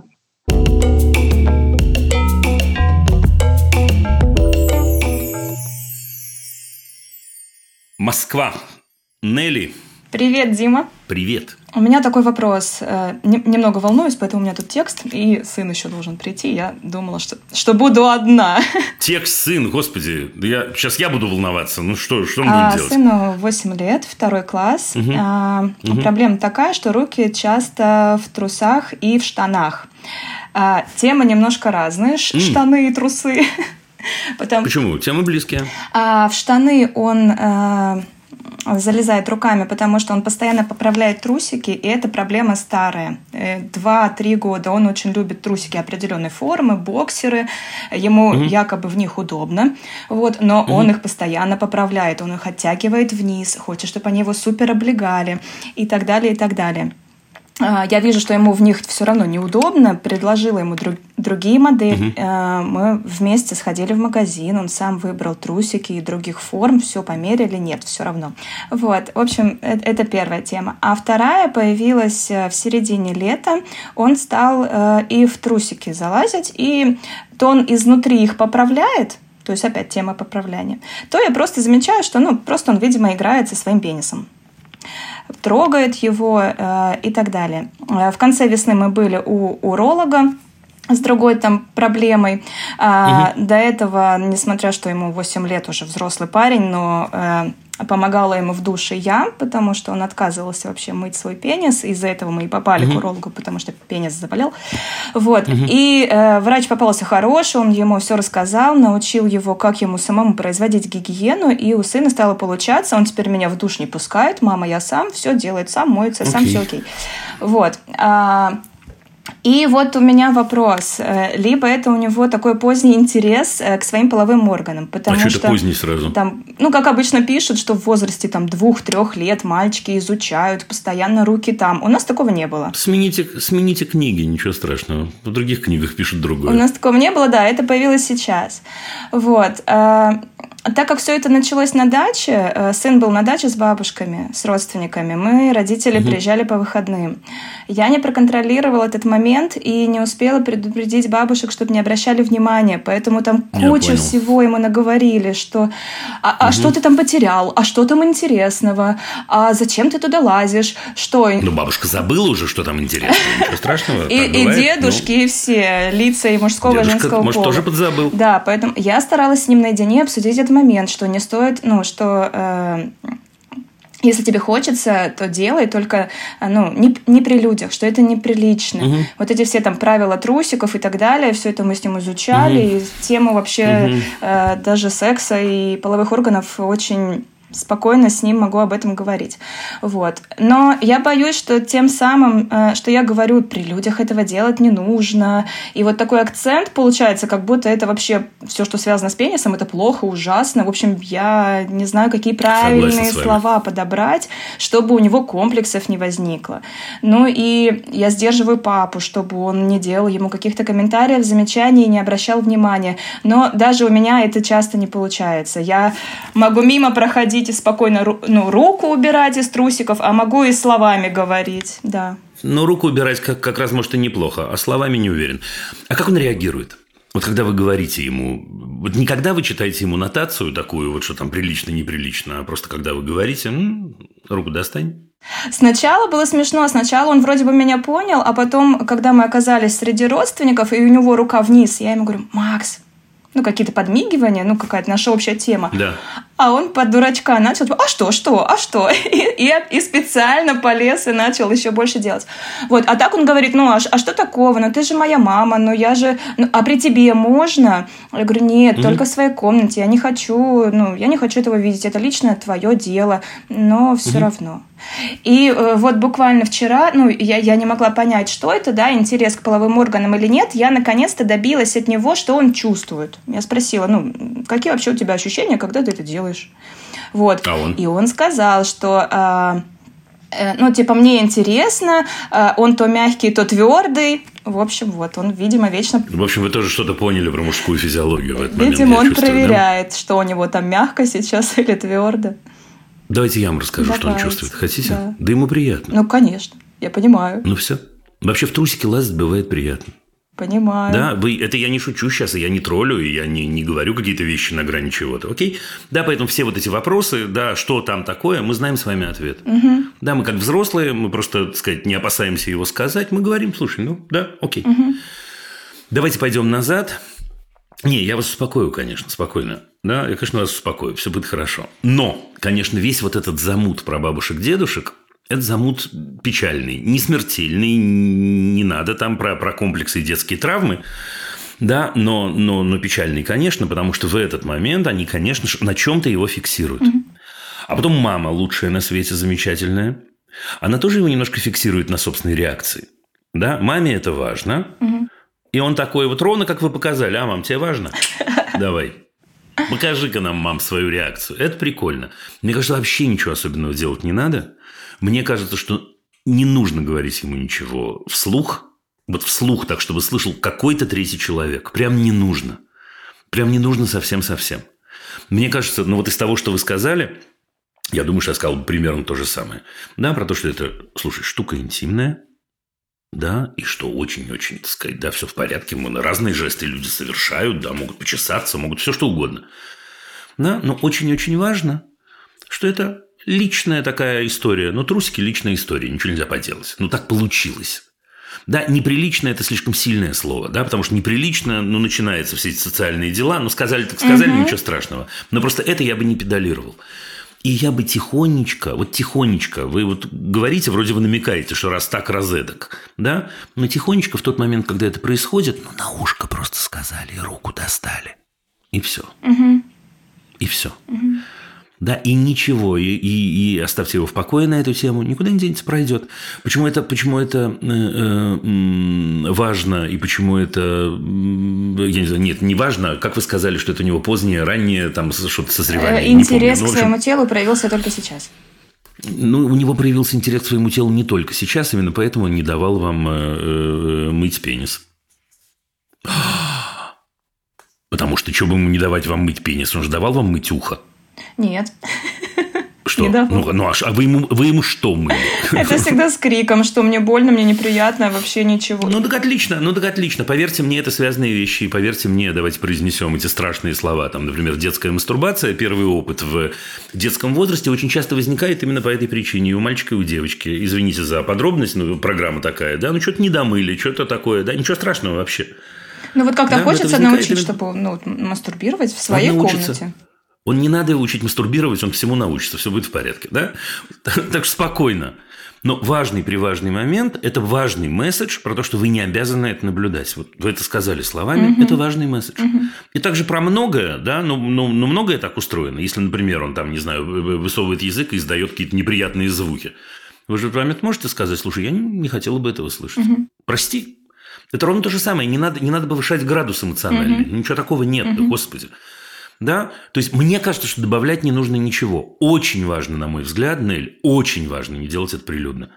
Москва. Нелли. Привет, Дима. Привет. У меня такой вопрос. Немного волнуюсь, поэтому у меня тут текст, и сын еще должен прийти. Я думала, что, что буду одна. Текст, сын, господи. Я, сейчас я буду волноваться. Ну что, что мы а, будем делать? Сыну восемь лет, второй класс. Угу. А, угу. Проблема такая, что руки часто в трусах и в штанах. А, темы немножко разные. Ш- mm. Штаны и трусы. Потому... Почему? Темы близкие. А, в штаны он... А... залезает руками, потому что он постоянно поправляет трусики, и это проблема старая. Два-три года он очень любит трусики определенной формы, боксеры, ему угу. якобы в них удобно, вот, но угу. он их постоянно поправляет, он их оттягивает вниз, хочет, чтобы они его супер облегали и так далее, и так далее. Я вижу, что ему в них все равно неудобно, предложила ему друг, другие модели. Uh-huh. Мы вместе сходили в магазин, он сам выбрал трусики и других форм, все померили, нет, все равно. Вот, в общем, это, это первая тема. А вторая появилась в середине лета, он стал э, и в трусики залазить, и то он изнутри их поправляет, то есть опять тема поправляния, то я просто замечаю, что ну, просто он, видимо, играет со своим пенисом. Трогает его э, и так далее. В конце весны мы были у уролога с другой там проблемой. А, угу. До этого, несмотря что ему восемь лет, уже взрослый парень, но э, помогала ему в душе я, потому что он отказывался вообще мыть свой пенис. Из-за этого мы и попали mm-hmm. к урологу, потому что пенис заболел. Вот. Mm-hmm. И э, врач попался хороший, он ему все рассказал, научил его, как ему самому производить гигиену, и у сына стало получаться. Он теперь меня в душ не пускает. Мама, я сам все делает, сам моется, okay. сам все окей. Вот. А, и вот у меня вопрос. Либо это у него такой поздний интерес к своим половым органам. Потому а что, что это поздний сразу? Там, ну, как обычно пишут, что в возрасте там, двух-трех лет мальчики изучают, постоянно руки там. У нас такого не было. Смените, смените книги, ничего страшного. В других книгах пишут другое. У нас такого не было, да, это появилось сейчас. Вот. Так как все это началось на даче, сын был на даче с бабушками, с родственниками, мы, родители, угу. приезжали по выходным. Я не проконтролировала этот момент и не успела предупредить бабушек, чтобы не обращали внимания, поэтому там куча всего ему наговорили, что а, угу. а что ты там потерял, а что там интересного, а зачем ты туда лазишь, что... Ну, бабушка забыла уже, что там интересного, ничего страшного. И, и дедушки, ну... и все, лица и мужского, и женского может, пола. Может, тоже подзабыл. Да, поэтому я старалась с ним наедине обсудить этот момент, что не стоит, ну, что э, если тебе хочется, то делай, только ну, не, не при людях, что это неприлично. Угу. Вот эти все там правила трусиков и так далее, все это мы с ним изучали, угу. и тему вообще угу. э, даже секса и половых органов очень... спокойно с ним могу об этом говорить. Вот. Но я боюсь, что тем самым, что я говорю, при людях этого делать не нужно. И вот такой акцент получается, как будто это вообще все, что связано с пенисом, это плохо, ужасно. В общем, я не знаю, какие правильные слова подобрать, чтобы у него комплексов не возникло. Ну и я сдерживаю папу, чтобы он не делал ему каких-то комментариев, замечаний и не обращал внимания. Но даже у меня это часто не получается. Я могу мимо проходить и спокойно ну, руку убирать из трусиков, а могу и словами говорить, да. Ну, руку убирать как, как раз, может, и неплохо, а словами не уверен. А как он реагирует? Вот когда вы говорите ему... Вот не когда вы читаете ему нотацию такую, вот что там прилично, неприлично, а просто когда вы говорите, м-м, руку достань. Сначала было смешно. Сначала он вроде бы меня понял, а потом, когда мы оказались среди родственников, и у него рука вниз, я ему говорю: Макс, ну, какие-то подмигивания, ну, какая-то наша общая тема. Да. А он под дурачка начал, а что, что, а что? И, и, и специально полез и начал еще больше делать. Вот. А так он говорит: ну, а, а что такого? Ну, ты же моя мама, ну, я же... Ну, а при тебе можно? Я говорю: нет, mm-hmm. только в своей комнате. Я не хочу, ну, я не хочу этого видеть. Это лично твое дело. Но все mm-hmm. равно. И э, вот буквально вчера, ну, я, я не могла понять, что это, да, интерес к половым органам или нет. Я наконец-то добилась от него, что он чувствует. Я спросила: ну, какие вообще у тебя ощущения, когда ты это делаешь? Вот. А он? И он сказал, что, э, э, ну, типа, мне интересно, э, он то мягкий, то твердый. В общем, вот, он, видимо, вечно... В общем, вы тоже что-то поняли про мужскую физиологию в этот момент. Видимо, он чувствую, проверяет, да? что у него там мягко сейчас или твердо. Давайте я вам расскажу, Давайте. Что он чувствует. Хотите? Да. Да ему приятно. Ну, конечно, я понимаю. Ну, все. Вообще в трусике лазать бывает приятно. Понимаю. Да, вы, это я не шучу сейчас, и я не троллю, и я не, не говорю какие-то вещи на грани чего-то, окей? Да, поэтому все вот эти вопросы, да, что там такое, мы знаем с вами ответ. Угу. Да, мы как взрослые, мы просто, так сказать, не опасаемся его сказать, мы говорим: слушай, ну, да, окей. Угу. Давайте пойдем назад. Не, я вас успокою, конечно, спокойно. Да, я, конечно, вас успокою, все будет хорошо. Но, конечно, весь вот этот замут про бабушек-дедушек, это замут печальный, не смертельный, не надо там про, про комплексы и детские травмы, да, но, но, но печальный, конечно, потому что в этот момент они, конечно, на чем-то его фиксируют. Mm-hmm. А потом мама, лучшая на свете, замечательная, она тоже его немножко фиксирует на собственной реакции. Да, маме это важно, mm-hmm. и он такой вот ровно, как вы показали: а, мам, тебе важно? Давай. Покажи-ка нам, мам, свою реакцию. Это прикольно. Мне кажется, вообще ничего особенного делать не надо. Мне кажется, что не нужно говорить ему ничего вслух. Вот вслух так, чтобы слышал какой-то третий человек. Прям не нужно. Прям не нужно совсем-совсем. Мне кажется, ну вот из того, что вы сказали, я думаю, что я сказал примерно то же самое. Да, про то, что это, слушай, штука интимная. Да, и что очень-очень, так сказать, да, все в порядке. Мы разные жесты люди совершают, да, могут почесаться, могут все что угодно. Да, но очень-очень важно, что это личная такая история. Ну, трусики – личная история, ничего нельзя поделать. Ну, так получилось. Да, неприлично – это слишком сильное слово, да, потому что неприлично, ну, начинаются все эти социальные дела. Ну, сказали так сказали, угу. ничего страшного. Но просто это я бы не педалировал. И я бы тихонечко, вот тихонечко, вы вот говорите, вроде вы намекаете, что раз так, раз эдак, да? Но тихонечко в тот момент, когда это происходит, ну, на ушко просто сказали, и руку достали. И все. Угу. И все. Угу. Да, и ничего, и, и, и оставьте его в покое на эту тему, никуда не денется, пройдет. Почему это, почему это э, э, важно, и почему это, я не знаю, нет, не важно, как вы сказали, что это у него позднее, раннее, там, что-то созревание. Интерес ну, к общем, своему телу проявился только сейчас. Ну, у него проявился интерес к своему телу не только сейчас, именно поэтому он не давал вам э, э, мыть пенис. Потому что, что бы ему не давать вам мыть пенис, он же давал вам мыть ухо. Нет. Что? Ну, ну, а вы ему, вы ему что мыли? Это всегда с криком, что мне больно, мне неприятно, вообще ничего. Ну, так отлично, ну, так отлично. Поверьте мне, это связанные вещи. И поверьте мне, давайте произнесем эти страшные слова. Там, например, детская мастурбация, первый опыт в детском возрасте очень часто возникает именно по этой причине. И у мальчика, и у девочки. Извините за подробность, ну, программа такая, да? Ну, что-то не домыли, что-то такое, да? Ничего страшного вообще. Ну, вот как-то да, хочется научить, именно... чтобы ну, мастурбировать в своей комнате. Он не надо его учить мастурбировать, он всему научится, все будет в порядке, да? Так что спокойно. Но важный, приважный момент – это важный месседж про то, что вы не обязаны это наблюдать. Вот вы это сказали словами, uh-huh. это важный месседж. Uh-huh. И также про многое, да, но, но, но многое так устроено. Если, например, он там, не знаю, высовывает язык и издает какие-то неприятные звуки. Вы же в этот момент можете сказать, слушай, я не, не хотела бы этого слышать. Uh-huh. Прости. Это ровно то же самое. Не надо, не надо повышать градус эмоциональный. Uh-huh. Ничего такого нет, uh-huh. господи. Да? То есть, мне кажется, что добавлять не нужно ничего. Очень важно, на мой взгляд, Нель, очень важно не делать это прилюдно.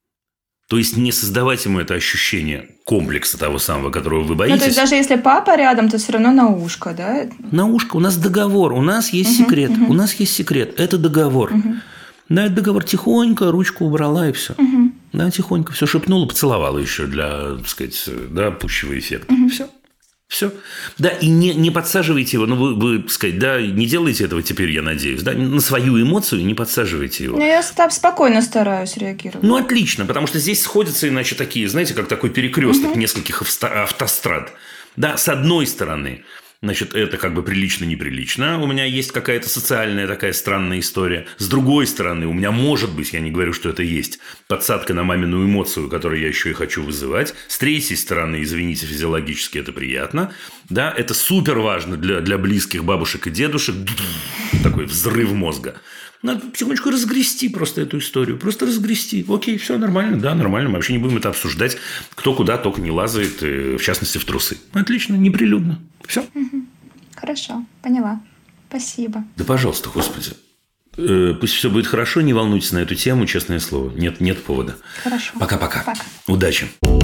То есть, не создавать ему это ощущение комплекса того самого, которого вы боитесь. Ну, то есть, даже если папа рядом, то все равно на ушко, да? На ушко. У нас договор, у нас есть uh-huh, секрет. Uh-huh. У нас есть секрет. Это договор. Uh-huh. Да, это договор. Тихонько ручку убрала, и все. Uh-huh. Да, тихонько. Все шепнула, поцеловала еще для, так сказать, да, пущего эффекта. Uh-huh. Все. Все. Да, и не, не подсаживайте его, ну, вы, вы, так сказать, да, не делайте этого теперь, я надеюсь, да, на свою эмоцию не подсаживайте его. Ну, я так спокойно стараюсь реагировать. Ну, отлично, потому что здесь сходятся иначе такие, знаете, как такой перекресток угу. нескольких автострад. Да, с одной стороны, значит, это как бы прилично-неприлично. У меня есть какая-то социальная такая странная история. С другой стороны, у меня может быть, я не говорю, что это есть, подсадка на мамину эмоцию, которую я еще и хочу вызывать. С третьей стороны, извините, физиологически это приятно. Да, это супер важно для, для близких бабушек и дедушек. Такой взрыв мозга. Надо потихонечку разгрести просто эту историю. Просто разгрести. Окей, все нормально. Да, нормально. Мы вообще не будем это обсуждать. Кто куда только не лазает, в частности, в трусы. Отлично, неприлюдно. Все. Угу. Хорошо, поняла. Спасибо. Да, пожалуйста, господи. Пусть все будет хорошо, не волнуйтесь на эту тему, честное слово. Нет, нет повода. Хорошо. Пока-пока. Пока. Удачи.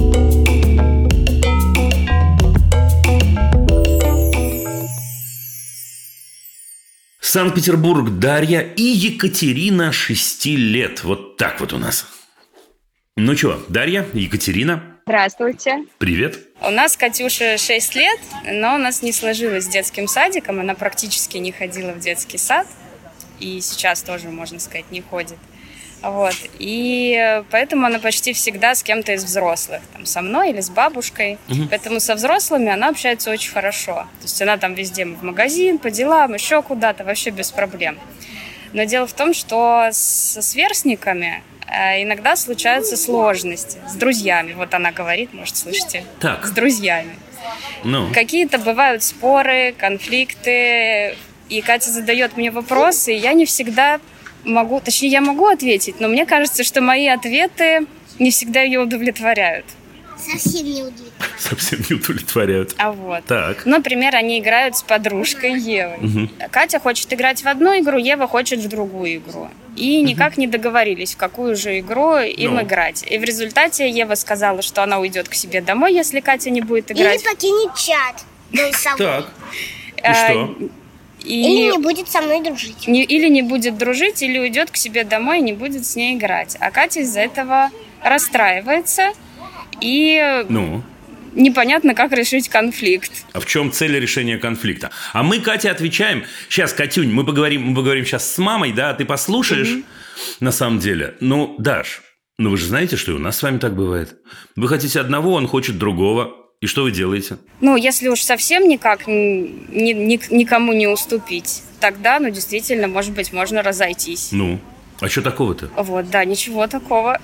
Санкт-Петербург, Дарья и Екатерина, шести лет. Вот так вот у нас. Ну что, Дарья, Екатерина. Здравствуйте. Привет. У нас Катюше шесть лет, но у нас не сложилось с детским садиком. Она практически не ходила в детский сад. И сейчас тоже, можно сказать, не ходит. Вот. И поэтому она почти всегда с кем-то из взрослых. Там, со мной или с бабушкой. Угу. Поэтому со взрослыми она общается очень хорошо. То есть она там везде в магазин, по делам, еще куда-то, вообще без проблем. Но дело в том, что со сверстниками иногда случаются сложности. С друзьями. Вот она говорит, может, слышите? Так. С друзьями. Ну. Какие-то бывают споры, конфликты. И Катя задает мне вопросы, и я не всегда могу... Точнее, я могу ответить, но мне кажется, что мои ответы не всегда ее удовлетворяют. Совсем не удовлетворяют. Совсем не удовлетворяют. А вот. Так. Например, они играют с подружкой Евой. Угу. Катя хочет играть в одну игру, Ева хочет в другую игру. И никак угу. не договорились, в какую же игру им ну. играть. И в результате Ева сказала, что она уйдет к себе домой, если Катя не будет играть. Или покинет чат голосовой. Так. И что? И или не будет со мной дружить. Не, или не будет дружить, или уйдет к себе домой и не будет с ней играть. А Катя из-за этого расстраивается. И ну? непонятно, как решить конфликт. А в чем цель решения конфликта? А мы, Катя, отвечаем. Сейчас, Катюнь, мы поговорим, мы поговорим сейчас с мамой, да, ты послушаешь, mm-hmm. на самом деле. Ну, Даш, ну вы же знаете, что и у нас с вами так бывает. Вы хотите одного, он хочет другого. И что вы делаете? Ну, если уж совсем никак ни, ни, никому не уступить, тогда, ну, действительно, может быть, можно разойтись. Ну, а что такого-то? Вот, да, ничего такого.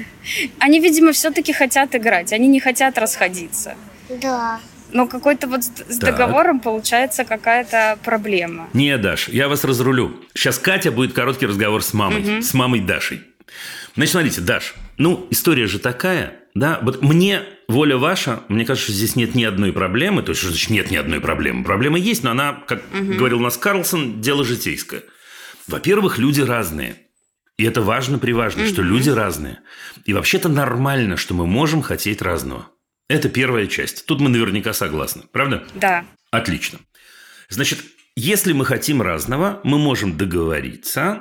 Они, видимо, все-таки хотят играть, они не хотят расходиться. Да. Но какой-то вот с Так. договором получается какая-то проблема. Не, Даш, я вас разрулю. Сейчас Катя будет короткий разговор с мамой, Мгм. с мамой Дашей. Значит, смотрите, Даш, ну, история же такая, да, вот мне, воля ваша, мне кажется, что здесь нет ни одной проблемы, то есть, что значит нет ни одной проблемы? Проблема есть, но она, как говорил у нас Карлсон, дело житейское. Во-первых, люди разные. И это важно-приважно, что люди разные. И вообще-то нормально, что мы можем хотеть разного. Это первая часть. Тут мы наверняка согласны. Правда? Да. Отлично. Значит, если мы хотим разного, мы можем договориться,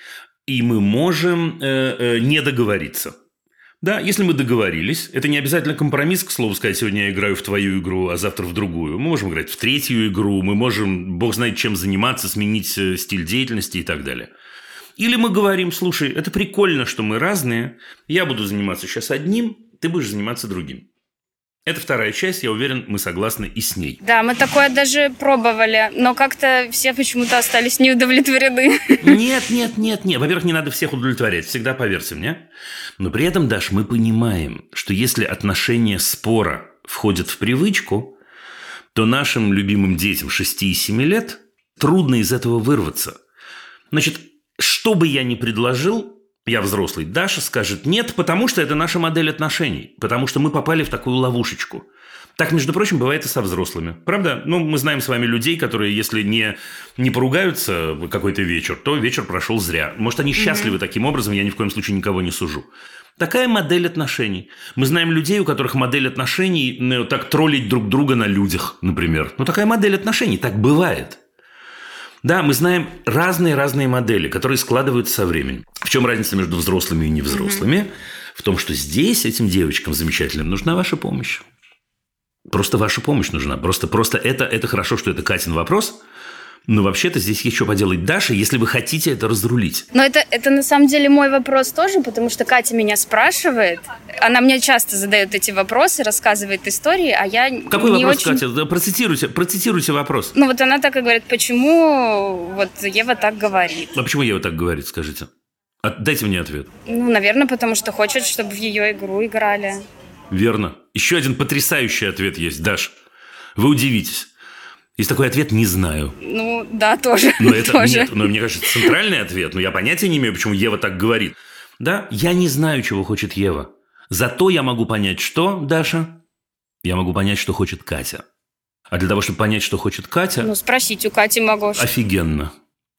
и мы можем э, э, не договориться. Да, если мы договорились, это не обязательно компромисс, к слову сказать, сегодня я играю в твою игру, а завтра в другую. Мы можем играть в третью игру, мы можем, бог знает, чем заниматься, сменить э, стиль деятельности и так далее. Или мы говорим, слушай, это прикольно, что мы разные, я буду заниматься сейчас одним, ты будешь заниматься другим. Это вторая часть, я уверен, мы согласны и с ней. Да, мы такое даже пробовали, но как-то все почему-то остались неудовлетворены. Нет, нет, нет, нет. Во-первых, не надо всех удовлетворять, всегда поверьте мне. Но при этом, Даш, мы понимаем, что если отношения спора входят в привычку, то нашим любимым детям шести и семи лет трудно из этого вырваться. Значит, что бы я ни предложил, я взрослый, Даша скажет нет, потому что это наша модель отношений, потому что мы попали в такую ловушечку. Так, между прочим, бывает и со взрослыми. Правда? Ну, мы знаем с вами людей, которые, если не, не поругаются какой-то вечер, то вечер прошел зря. Может, они счастливы таким образом, я ни в коем случае никого не сужу. Такая модель отношений. Мы знаем людей, у которых модель отношений, ну, так троллить друг друга на людях, например. Ну, такая модель отношений, так бывает. Да, мы знаем разные-разные модели, которые складываются со временем. В чем разница между взрослыми и невзрослыми? Mm-hmm. В том, что здесь этим девочкам замечательным нужна ваша помощь. Просто ваша помощь нужна. Просто, просто это, это хорошо, что это Катин вопрос. Но вообще-то здесь есть что поделать Даша, если вы хотите это разрулить. Но это, это на самом деле мой вопрос тоже, потому что Катя меня спрашивает. Она мне часто задает эти вопросы, рассказывает истории, а я Какой не вопрос, очень... Катя? Процитируйте, процитируйте вопрос. Ну вот она так и говорит, почему вот Ева так говорит. А почему Ева так говорит, скажите? Дайте мне ответ. Ну, наверное, потому что хочет, чтобы в ее игру играли. Верно. Еще один потрясающий ответ есть, Даш. Вы удивитесь. Есть такой ответ «не знаю». Ну, да, тоже. Но это, тоже. Нет, но мне кажется, центральный ответ. Но я понятия не имею, почему Ева так говорит. Да, я не знаю, чего хочет Ева. Зато я могу понять, что, Даша? Я могу понять, что хочет Катя. А для того, чтобы понять, что хочет Катя... Ну, спросить у Кати могу. Офигенно.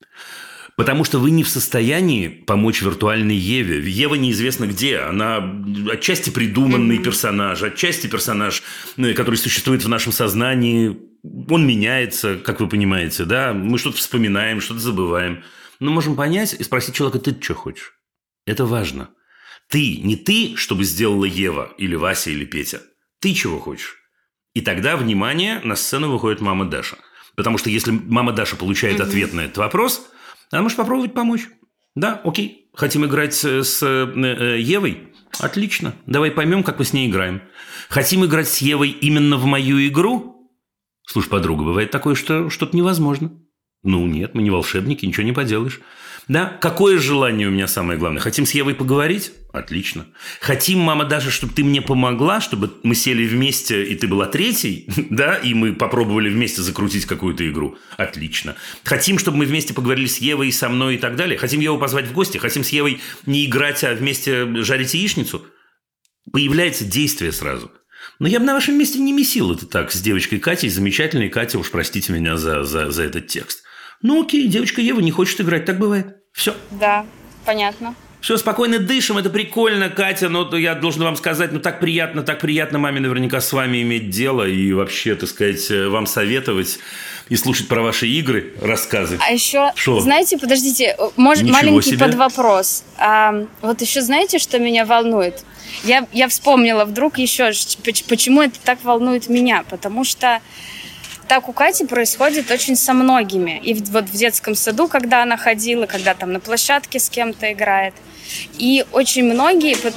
Потому что вы не в состоянии помочь виртуальной Еве. Ева неизвестно где. Она отчасти придуманный mm-hmm. персонаж, отчасти персонаж, который существует в нашем сознании. Он меняется, как вы понимаете, да? Мы что-то вспоминаем, что-то забываем. Но можем понять и спросить человека, ты что хочешь? Это важно. Ты, не ты, чтобы сделала Ева или Вася или Петя. Ты чего хочешь? И тогда, внимание, на сцену выходит мама Даша. Потому что если мама Даша получает mm-hmm. ответ на этот вопрос, она может попробовать помочь. Да, окей. Хотим играть с Евой? Отлично. Давай поймем, как мы с ней играем. Хотим играть с Евой именно в мою игру? Слушай, подруга, бывает такое, что что-то невозможно. Ну, нет, мы не волшебники, ничего не поделаешь. Да, какое желание у меня самое главное? Хотим с Евой поговорить? Отлично. Хотим, мама, даже, чтобы ты мне помогла, чтобы мы сели вместе, и ты была третьей, да, и мы попробовали вместе закрутить какую-то игру? Отлично. Хотим, чтобы мы вместе поговорили с Евой, со мной и так далее? Хотим Еву позвать в гости? Хотим с Евой не играть, а вместе жарить яичницу? Появляется действие сразу. Но я бы на вашем месте не месил это так с девочкой Катей, замечательной Катя, уж простите меня за, за, за этот текст. Ну окей, девочка Ева не хочет играть, так бывает. Все. Да, понятно. Все, спокойно дышим, это прикольно, Катя, но я должен вам сказать, ну так приятно, так приятно маме наверняка с вами иметь дело и вообще, так сказать, вам советовать и слушать про ваши игры, рассказы. А еще, Шо? знаете, подождите, может, Ничего маленький себе. подвопрос. А, вот еще знаете, что меня волнует? Я, я вспомнила вдруг еще, почему это так волнует меня, потому что так у Кати происходит очень со многими. И вот в детском саду, когда она ходила, когда там на площадке с кем-то играет. И очень многие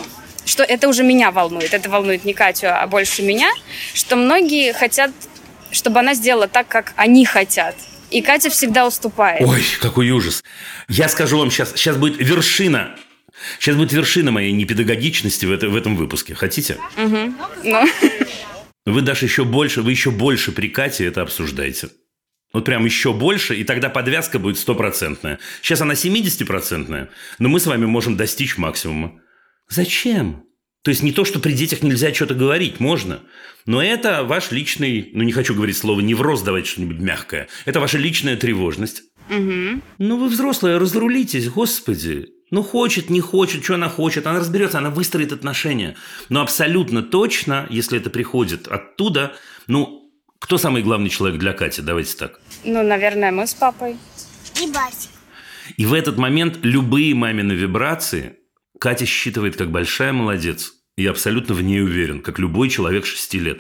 что это уже меня волнует, это волнует не Катю, а больше меня, что многие хотят, чтобы она сделала так, как они хотят. И Катя всегда уступает. Ой, какой ужас. Я скажу вам сейчас, сейчас будет вершина, сейчас будет вершина моей непедагогичности в, это, в этом выпуске. Хотите? Угу. Ну. Вы даже еще больше, вы еще больше при Кате это обсуждаете. Вот прям еще больше, и тогда подвязка будет стопроцентная. Сейчас она семидесятипроцентная, но мы с вами можем достичь максимума. Зачем? То есть не то, что при детях нельзя что-то говорить, можно. Но это ваш личный, ну не хочу говорить слово невроз, давайте что-нибудь мягкое. Это ваша личная тревожность. Угу. Ну вы взрослые, разрулитесь, господи. Ну хочет, не хочет, что она хочет. Она разберется, она выстроит отношения. Но абсолютно точно, если это приходит оттуда, ну... Кто самый главный человек для Кати? Давайте так. Ну, наверное, мы с папой. И Барсик. И в этот момент любые мамины вибрации Катя считывает как большая молодец. Я абсолютно в ней уверен, как любой человек шести лет.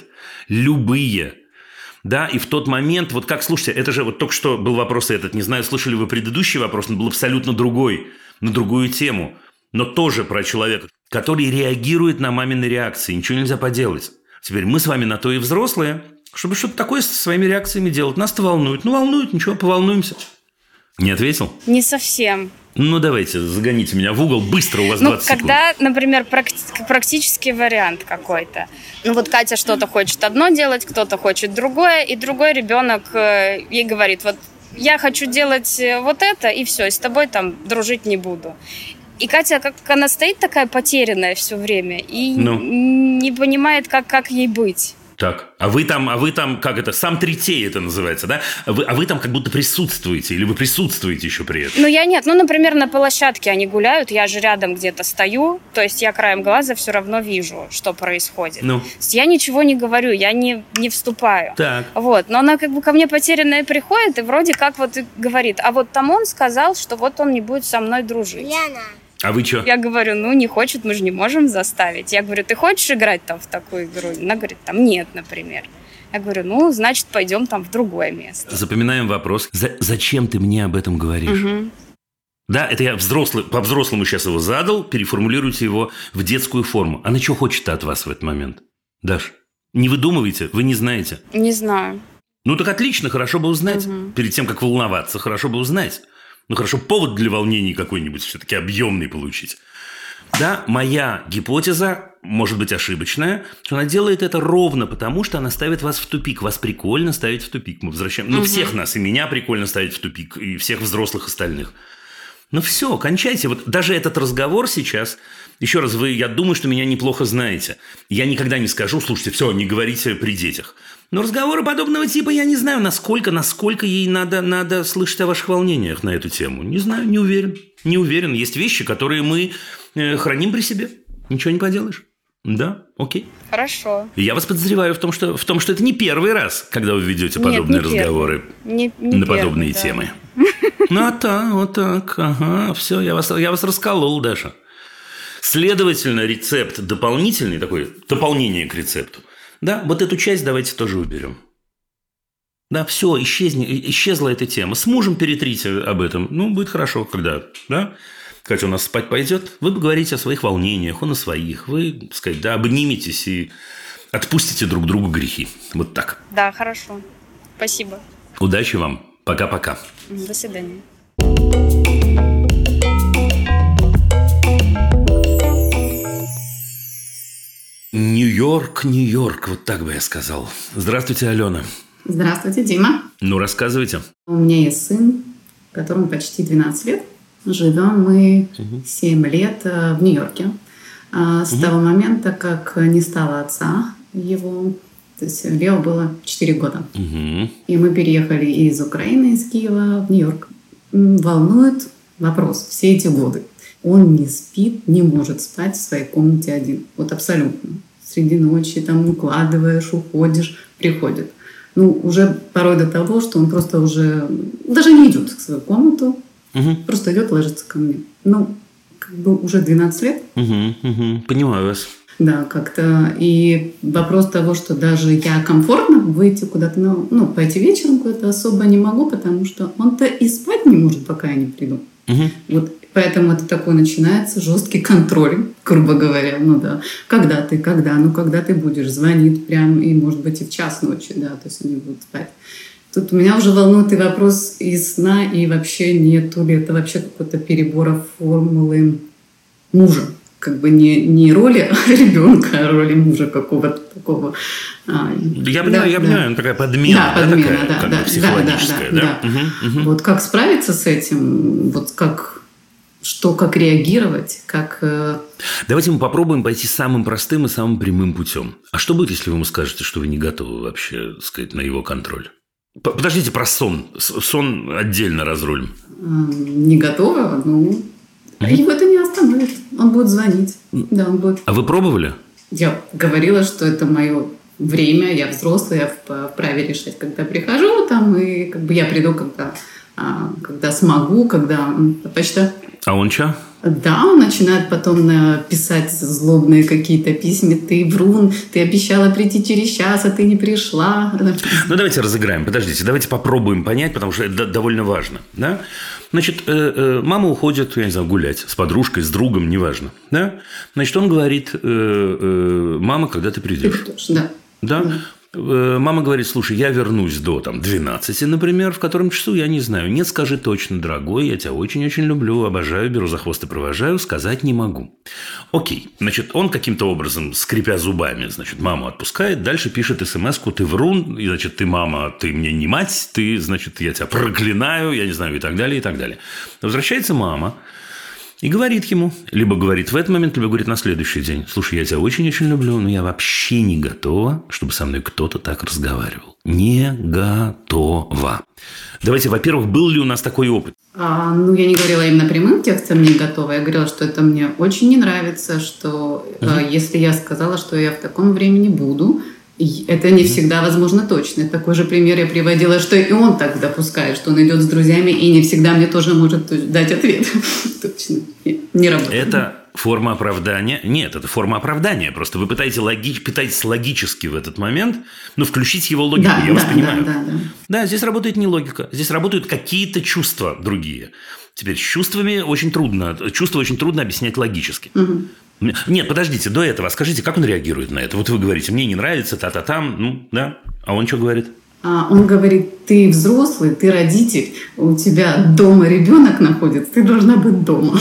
Любые. Да, и в тот момент, вот как, слушайте, это же вот только что был вопрос этот, не знаю, слышали вы предыдущий вопрос, он был абсолютно другой, на другую тему, но тоже про человека, который реагирует на мамины реакции. Ничего нельзя поделать. Теперь мы с вами на то и взрослые, чтобы что-то такое со своими реакциями делать. Нас-то волнует. Ну, волнует, ничего, поволнуемся. Не ответил? Не совсем. Ну, давайте, загоните меня в угол быстро, у вас ну, двадцать секунд. Когда, например, практи- практический вариант какой-то. Ну, вот Катя что-то хочет одно делать, кто-то хочет другое, и другой ребенок э, ей говорит, вот я хочу делать вот это, и все, и с тобой там дружить не буду. И Катя, как она стоит такая потерянная все время, и ну. не понимает, как, как ей быть. Так, а вы там, а вы там, как это, сам третей это называется, да? А вы, а вы там как будто присутствуете, или вы присутствуете еще при этом? Ну, я нет. Ну, например, на площадке они гуляют, я же рядом где-то стою, то есть я краем глаза все равно вижу, что происходит. Ну. То есть я ничего не говорю, я не, не вступаю. Так. Вот, но она как бы ко мне потерянная приходит и вроде как вот говорит, а вот там он сказал, что вот он не будет со мной дружить. Яна. А вы что? Я говорю, ну, не хочет, мы же не можем заставить. Я говорю, ты хочешь играть там в такую игру? Она говорит, там нет, например. Я говорю, ну, значит, пойдем там в другое место. Запоминаем вопрос. За- зачем ты мне об этом говоришь? Угу. Да, это я взрослый, по-взрослому сейчас его задал, переформулируйте его в детскую форму. Она что хочет от вас в этот момент? Даш, не выдумывайте, вы не знаете. Не знаю. Ну, так отлично, хорошо бы узнать. Угу. Перед тем, как волноваться, хорошо бы узнать. Ну, хорошо, повод для волнений какой-нибудь все-таки объемный получить. Да, моя гипотеза, может быть, ошибочная, что она делает это ровно потому, что она ставит вас в тупик. Вас прикольно ставить в тупик. Мы возвращаем... Ну, угу. всех нас, и меня прикольно ставить в тупик, и всех взрослых остальных. Ну, все, кончайте. Вот даже этот разговор сейчас... Еще раз, вы, я думаю, что меня неплохо знаете. Я никогда не скажу, слушайте, все, не говорите при детях. Но разговоры подобного типа я не знаю, насколько, насколько ей надо, надо слышать о ваших волнениях на эту тему. Не знаю, не уверен. Не уверен. Есть вещи, которые мы э, храним при себе. Ничего не поделаешь. Да, окей. Хорошо. Я вас подозреваю в том, что, в том, что это не первый раз, когда вы ведете Нет, подобные не разговоры не, не на первый, подобные да. темы. Ну, а так, вот так. Ага, все, я вас, я вас расколол, Даша. Следовательно, рецепт дополнительный, такое дополнение к рецепту. Да, вот эту часть давайте тоже уберем. Да, все, исчезни, исчезла эта тема. С мужем перетрите об этом. Ну, будет хорошо, когда, да, Катя у нас спать пойдет, вы поговорите о своих волнениях, он о своих. Вы, так сказать, да, обниметесь и отпустите друг другу грехи. Вот так. Да, хорошо. Спасибо. Удачи вам. Пока-пока. До свидания. Нью-Йорк, Нью-Йорк, вот так бы я сказал. Здравствуйте, Алена. Здравствуйте, Дима. Ну, рассказывайте. У меня есть сын, которому почти двенадцать лет. Живем мы угу. семь лет в Нью-Йорке. С угу. того момента, как не стало отца его, то есть Лео было четыре года. Угу. И мы переехали из Украины, из Киева в Нью-Йорк. Волнует вопрос все эти годы. Он не спит, не может спать в своей комнате один. Вот абсолютно. Среди ночи там укладываешь, уходишь, приходит. Ну, уже порой до того, что он просто уже даже не идет в свою комнату, угу. просто идет, ложится ко мне. Ну, как бы уже двенадцать лет. Угу, угу. Понимаю вас. Да, как-то. И вопрос того, что даже я комфортно выйти куда-то, ну, ну пойти вечером куда-то особо не могу, потому что он-то и спать не может, пока я не приду. Угу. Вот поэтому это такой начинается жесткий контроль, грубо говоря. Ну да, когда ты, когда, ну когда ты будешь, звонит прям, и может быть и в час ночи, да, то есть они будут спать. Тут меня уже волнует и вопрос и сна, и вообще нету ли это вообще какого-то перебора формулы мужа. Как бы не, не роли ребенка, а роли мужа какого-то такого. Я понимаю, да, я понимаю, да. Такая подмена, да, да, подмена, такая, да, как да, бы психологическая, да? да, да, да? да. Угу, угу. Вот как справиться с этим, вот как, что, как реагировать, как... Давайте мы попробуем пойти самым простым и самым прямым путем. А что будет, если вы ему скажете, что вы не готовы вообще, так сказать, на его контроль? Подождите, про сон. Сон отдельно разрулим. Не готова, ну... Mm-hmm. Его это не остановит. Он будет звонить. Да, он будет. А вы пробовали? Я говорила, что это мое время, я взрослая, я вправе решать, когда прихожу там, и как бы я приду, когда, когда смогу, когда почта. А он что? Да, он начинает потом писать злобные какие-то письма. Ты врун, ты обещала прийти через час, а ты не пришла. Ну, давайте разыграем. Подождите, давайте попробуем понять, потому что это довольно важно. Да? Значит, мама уходит, я не знаю, гулять с подружкой, с другом, неважно. Да? Значит, он говорит, мама, когда ты придешь? Ты придешь, да. Да? Да. Мама говорит, слушай, я вернусь до там, двенадцати, например, в котором часу, я не знаю. Нет, скажи точно, дорогой, я тебя очень-очень люблю, обожаю, беру за хвост и провожаю, сказать не могу. Окей, значит, он каким-то образом, скрипя зубами, значит, маму отпускает, дальше пишет смс-ку, ты врун, и, значит, ты мама, ты мне не мать, ты, значит, я тебя проклинаю, я не знаю, и так далее, и так далее. Возвращается мама и говорит ему, либо говорит в этот момент, либо говорит на следующий день, слушай, я тебя очень-очень люблю, но я вообще не готова, чтобы со мной кто-то так разговаривал. Не готова. Давайте, во-первых, был ли у нас такой опыт? А, ну, я не говорила именно прямым текстом «не готова». Я говорила, что это мне очень не нравится, что угу. э, если я сказала, что я в таком времени буду, это не всегда возможно точно. Такой же пример я приводила, что и он так допускает, что он идет с друзьями, и не всегда мне тоже может дать ответ. Точно. Не работает. Это форма оправдания. Нет, это форма оправдания. Просто вы пытаетесь, логи... пытаетесь логически в этот момент, ну, включить его логику. Да, я да, вас понимаю. Да, да, да. да, здесь работает не логика. Здесь работают какие-то чувства другие. Теперь с чувствами очень трудно. Чувства очень трудно объяснять логически. Угу. Нет, подождите, до этого скажите, как он реагирует на это? Вот вы говорите, мне не нравится, та-та-там, ну, да. А он что говорит? А он говорит, ты взрослый, ты родитель, у тебя дома ребенок находится, ты должна быть дома.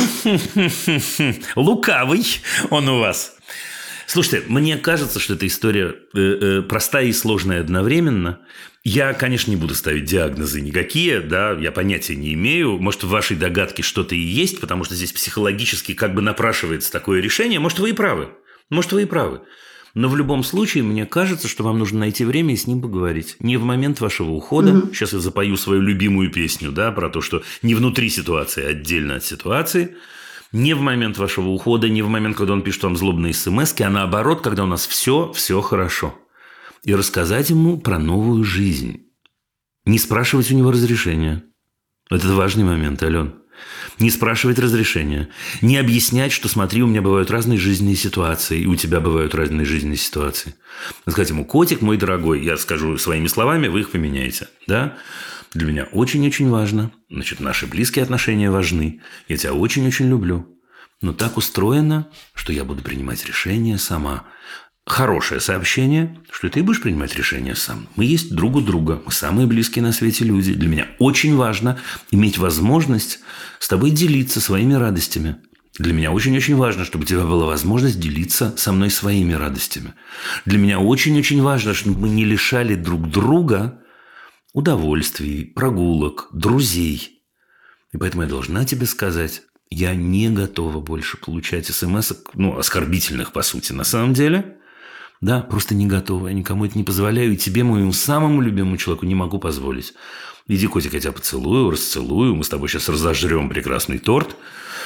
Лукавый он у вас. Слушайте, мне кажется, что эта история э, э, простая и сложная одновременно. Я, конечно, не буду ставить диагнозы никакие, да, я понятия не имею. Может, в вашей догадке что-то и есть, потому что здесь психологически как бы напрашивается такое решение. Может, вы и правы. Может, вы и правы. Но в любом случае, мне кажется, что вам нужно найти время и с ним поговорить. Не в момент вашего ухода. Mm-hmm. Сейчас я запою свою любимую песню, да, про то, что не внутри ситуации, а отдельно от ситуации. Не в момент вашего ухода, не в момент, когда он пишет вам злобные смс-ки, а наоборот, когда у нас все, все хорошо. И рассказать ему про новую жизнь. Не спрашивать у него разрешения. Это важный момент, Ален. Не спрашивать разрешения. Не объяснять, что смотри, у меня бывают разные жизненные ситуации, и у тебя бывают разные жизненные ситуации. Сказать ему, котик мой дорогой, я скажу своими словами, вы их поменяете. Да? Для меня очень-очень важно. Значит, наши близкие отношения важны. Я тебя очень-очень люблю. Но так устроено, что я буду принимать решения сама. Хорошее сообщение, что ты будешь принимать решения сам. Мы есть друг у друга. Мы самые близкие на свете люди. Для меня очень важно иметь возможность с тобой делиться своими радостями. Для меня очень-очень важно, чтобы у тебя была возможность делиться со мной своими радостями. Для меня очень-очень важно, чтобы мы не лишали друг друга удовольствий, прогулок, друзей. И поэтому я должна тебе сказать, я не готова больше получать смс, ну, оскорбительных, по сути, на самом деле. Да, просто не готова. Я никому это не позволяю. И тебе, моему самому любимому человеку, не могу позволить. Иди, котик, я тебя поцелую, расцелую. Мы с тобой сейчас разожрем прекрасный торт.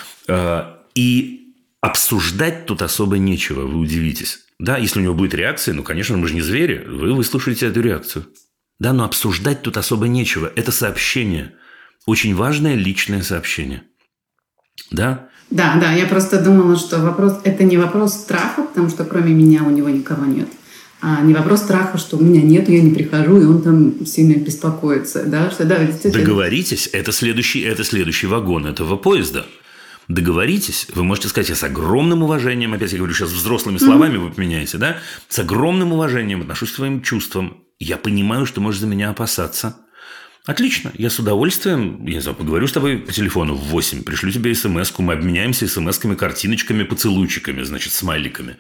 И обсуждать тут особо нечего. Вы удивитесь. Да, если у него будет реакция, ну, конечно, мы же не звери. Вы выслушаете эту реакцию. Да, но обсуждать тут особо нечего. Это сообщение. Очень важное личное сообщение. Да? Да, да, я просто думала, что вопрос, это не вопрос страха, потому что кроме меня у него никого нет. А не вопрос страха, что у меня нет, я не прихожу, и он там сильно беспокоится. Да, что, да, договоритесь, это следующий, это следующий вагон этого поезда. Договоритесь, вы можете сказать, я с огромным уважением, опять я говорю сейчас взрослыми словами, mm-hmm. вы поменяете, да? С огромным уважением отношусь к своим чувствам. Я понимаю, что можешь за меня опасаться. Отлично, я с удовольствием, я не знаю, поговорю с тобой по телефону в восемь, пришлю тебе смс-ку, мы обменяемся смс-ками, картиночками, поцелуйчиками, значит, смайликами.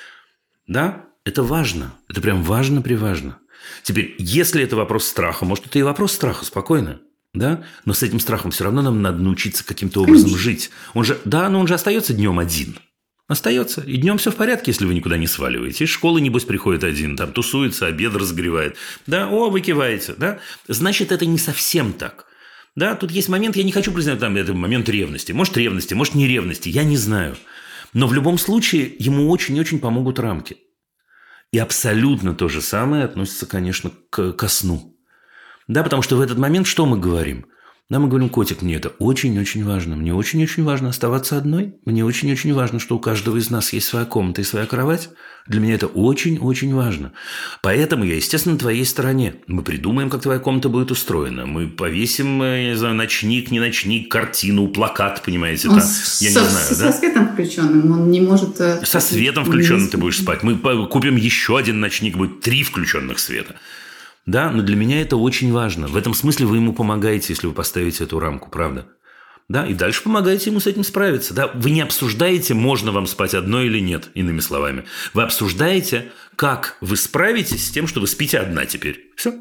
Да? Это важно. Это прям важно-приважно. Теперь, если это вопрос страха, может, это и вопрос страха, спокойно. Да? Но с этим страхом все равно нам надо научиться каким-то образом жить. Он же, да, но он же остается днем один. Остается. И днем все в порядке, если вы никуда не сваливаете. Из школы, небось, приходит один, там тусуется, обед разогревает. Да, о, вы киваете. Да? Значит, это не совсем так. Да, тут есть момент, я не хочу признать, там, это момент ревности. Может, ревности, может, не ревности, я не знаю. Но в любом случае, ему очень-очень помогут рамки. И абсолютно то же самое относится, конечно, к, ко сну. Да, потому что в этот момент что мы говорим? Да, мы говорим, котик, мне это очень-очень важно. Мне очень-очень важно оставаться одной. Мне очень-очень важно, что у каждого из нас есть своя комната и своя кровать. Для меня это очень-очень важно. Поэтому я, естественно, на твоей стороне. Мы придумаем, как твоя комната будет устроена. Мы повесим, я не знаю, ночник, не ночник, картину, плакат, понимаете? Он там, с, я со, не знаю, со, да? со светом включенным. Он не может... Со светом включенным ты будешь спать. Мы купим еще один ночник, будет три включенных света. Да, но для меня это очень важно. В этом смысле вы ему помогаете, если вы поставите эту рамку, правда? Да, и дальше помогаете ему с этим справиться. Да, вы не обсуждаете, можно вам спать одной или нет, иными словами. Вы обсуждаете, как вы справитесь с тем, что вы спите одна теперь. Все.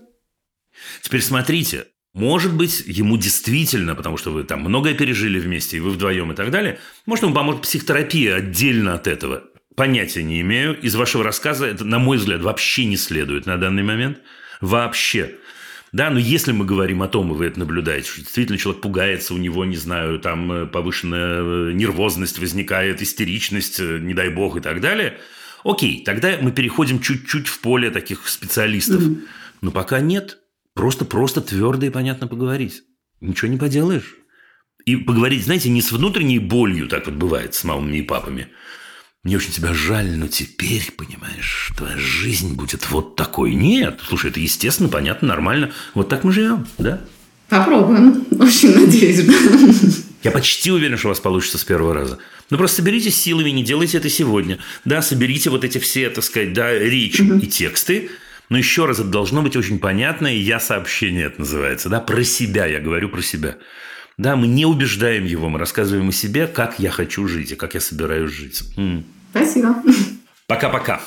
Теперь смотрите, может быть, ему действительно, потому что вы там многое пережили вместе, и вы вдвоем и так далее, может, ему поможет психотерапия отдельно от этого. Понятия не имею. Из вашего рассказа это, на мой взгляд, вообще не следует на данный момент. Вообще. Да, но если мы говорим о том, и вы это наблюдаете, что действительно человек пугается, у него, не знаю, там повышенная нервозность возникает, истеричность, не дай бог и так далее, окей, тогда мы переходим чуть-чуть в поле таких специалистов. Mm-hmm. Но пока нет. Просто-просто твердо и понятно поговорить. Ничего не поделаешь. И поговорить, знаете, не с внутренней болью, так вот бывает с мамами и папами. Мне очень тебя жаль, но теперь, понимаешь, твоя жизнь будет вот такой. Нет, слушай, это естественно, понятно, нормально. Вот так мы живем, да? Попробуем. Очень надеюсь. Я почти уверен, что у вас получится с первого раза. Ну, просто соберитесь силами, не делайте это сегодня. Да, соберите вот эти все, так сказать, да, речи угу. и тексты. Но еще раз, это должно быть очень понятно, и я сообщение это называется, да, про себя, я говорю про себя. Да, мы не убеждаем его, мы рассказываем о себе, как я хочу жить и как я собираюсь жить. М. Спасибо. Пока-пока.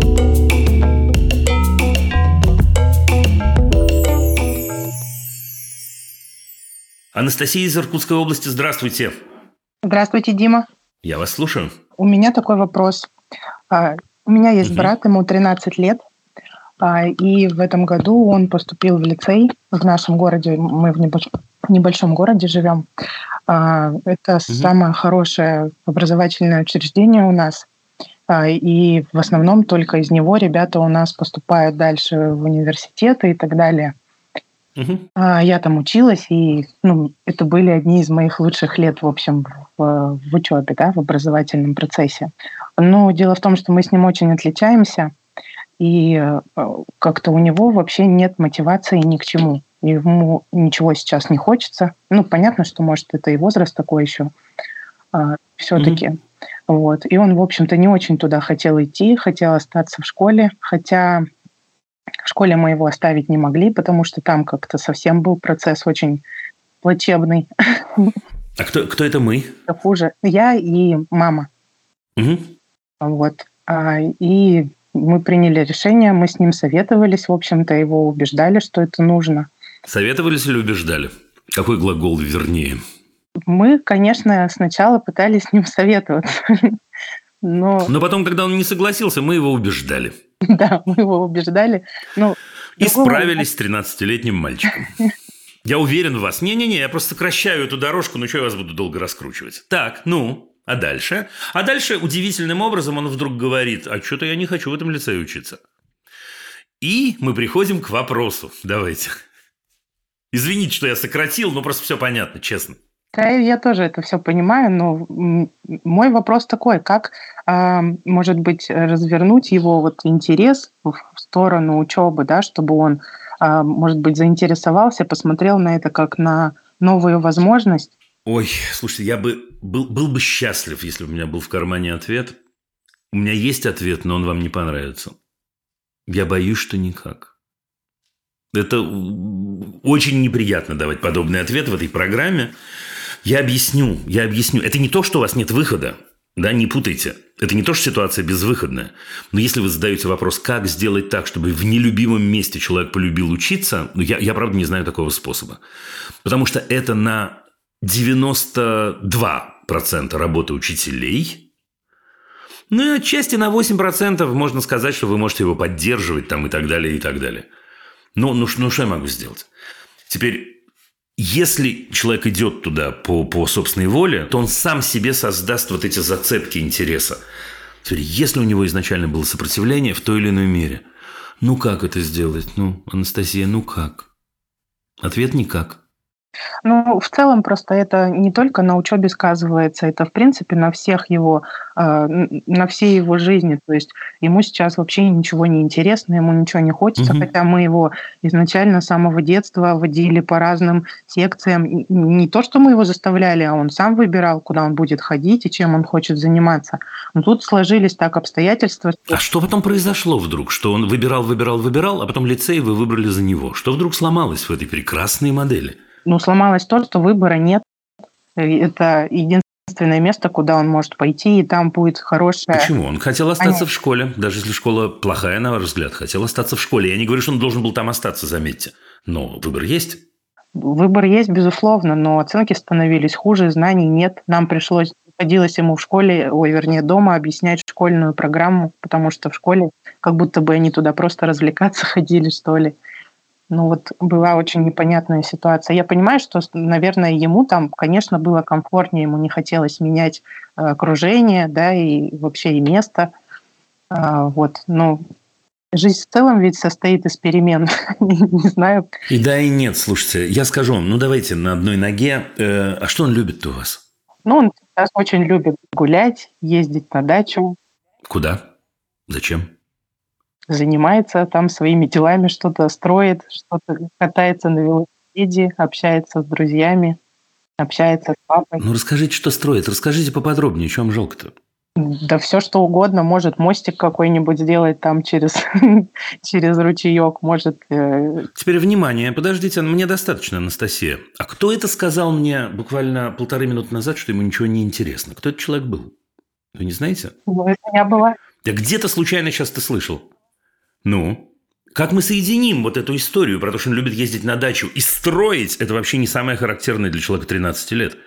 Анастасия из Иркутской области, здравствуйте. Здравствуйте, Дима. Я вас слушаю. У меня такой вопрос. У меня есть угу. брат, ему тринадцать лет. И в этом году он поступил в лицей в нашем городе. Мы в небольшом городе живем. Это угу. самое хорошее образовательное учреждение у нас. И в основном только из него ребята у нас поступают дальше в университеты и так далее. Угу. Я там училась, и ну, это были одни из моих лучших лет, в общем, в, в учебе, да, в образовательном процессе. Но дело в том, что мы с ним очень отличаемся, и как-то у него вообще нет мотивации ни к чему. Ему ничего сейчас не хочется. Ну, понятно, что, может, это и возраст такой еще а, все-таки. Mm-hmm. Вот. И он, в общем-то, не очень туда хотел идти, хотел остаться в школе, хотя в школе мы его оставить не могли, потому что там как-то совсем был процесс очень плачевный. А кто, кто это мы? Хуже. Я и мама. Mm-hmm. Вот. А, и мы приняли решение, мы с ним советовались, в общем-то, его убеждали, что это нужно. Советовались или убеждали? Какой глагол вернее? Мы, конечно, сначала пытались с ним советоваться. Но... но потом, когда он не согласился, мы его убеждали. Да, мы его убеждали. Но... И справились с тринадцатилетним мальчиком. Я уверен в вас. Не-не-не, я просто сокращаю эту дорожку, ну что я вас буду долго раскручивать. Так, ну... А дальше? А дальше удивительным образом он вдруг говорит, а что-то я не хочу в этом лицее учиться. И мы приходим к вопросу. Давайте. Извините, что я сократил, но просто все понятно, честно. Да, я тоже это все понимаю, но мой вопрос такой, как, может быть, развернуть его вот интерес в сторону учебы, да, чтобы он, может быть, заинтересовался, посмотрел на это как на новую возможность? Ой, слушайте, я бы был, был бы счастлив, если бы у меня был в кармане ответ. У меня есть ответ, но он вам не понравится. Я боюсь, что никак. Это очень неприятно давать подобный ответ в этой программе. Я объясню, я объясню. Это не то, что у вас нет выхода, да, не путайте. Это не то, что ситуация безвыходная. Но если вы задаете вопрос, как сделать так, чтобы в нелюбимом месте человек полюбил учиться, ну, я, я, правда, не знаю такого способа. Потому что это на девяносто два процента работы учителей. Ну и отчасти на восемь процентов можно сказать, что вы можете его поддерживать там, и так далее, и так далее. Ну, ну, ну что я могу сделать? Теперь, если человек идет туда по, по собственной воле, то он сам себе создаст вот эти зацепки интереса. Теперь, если у него изначально было сопротивление в той или иной мере, ну как это сделать? Ну, Анастасия, ну как? Ответ – никак. Ну, в целом просто это не только на учебе сказывается, это, в принципе, на всех его, на всей его жизни. То есть ему сейчас вообще ничего не интересно, ему ничего не хочется, угу. Хотя мы его изначально с самого детства водили по разным секциям. Не то, что мы его заставляли, а он сам выбирал, куда он будет ходить и чем он хочет заниматься. Но тут сложились так обстоятельства. Что... А что потом произошло вдруг? Что он выбирал, выбирал, выбирал, а потом лицей вы выбрали за него? Что вдруг сломалось в этой прекрасной модели? Ну, сломалось то, что выбора нет. Это единственное место, куда он может пойти, и там будет хорошее... Почему? Он хотел остаться в школе. Даже если школа плохая, на ваш взгляд, хотел остаться в школе. Я не говорю, что он должен был там остаться, заметьте. Но выбор есть. Выбор есть, безусловно, но оценки становились хуже, знаний нет. Нам пришлось, приходилось ему в школе, ой, вернее, дома объяснять школьную программу, потому что в школе как будто бы они туда просто развлекаться ходили, что ли. Ну вот была очень непонятная ситуация. Я понимаю, что, наверное, ему там, конечно, было комфортнее, ему не хотелось менять окружение, да, и вообще и место. Вот, но жизнь в целом ведь состоит из перемен. Не знаю. И да, и нет. Слушайте, я скажу вам, ну давайте на одной ноге. А что он любит-то у вас? Ну, он сейчас очень любит гулять, ездить на дачу. Куда? Зачем? Занимается там своими делами, что-то строит, что-то катается на велосипеде, общается с друзьями, общается с папой. Ну, расскажите, что строит. Расскажите поподробнее, чем жалко-то. Да все, что угодно. Может, мостик какой-нибудь сделать там через, через ручеек, может... Теперь, внимание, подождите, мне достаточно, Анастасия. А кто это сказал мне буквально полторы минуты назад, что ему ничего не интересно? Кто этот человек был? Вы не знаете? Ну, это я была. Я где-то случайно сейчас ты слышал. Ну, как мы соединим вот эту историю про то, что он любит ездить на дачу и строить, это вообще не самое характерное для человека тринадцати лет.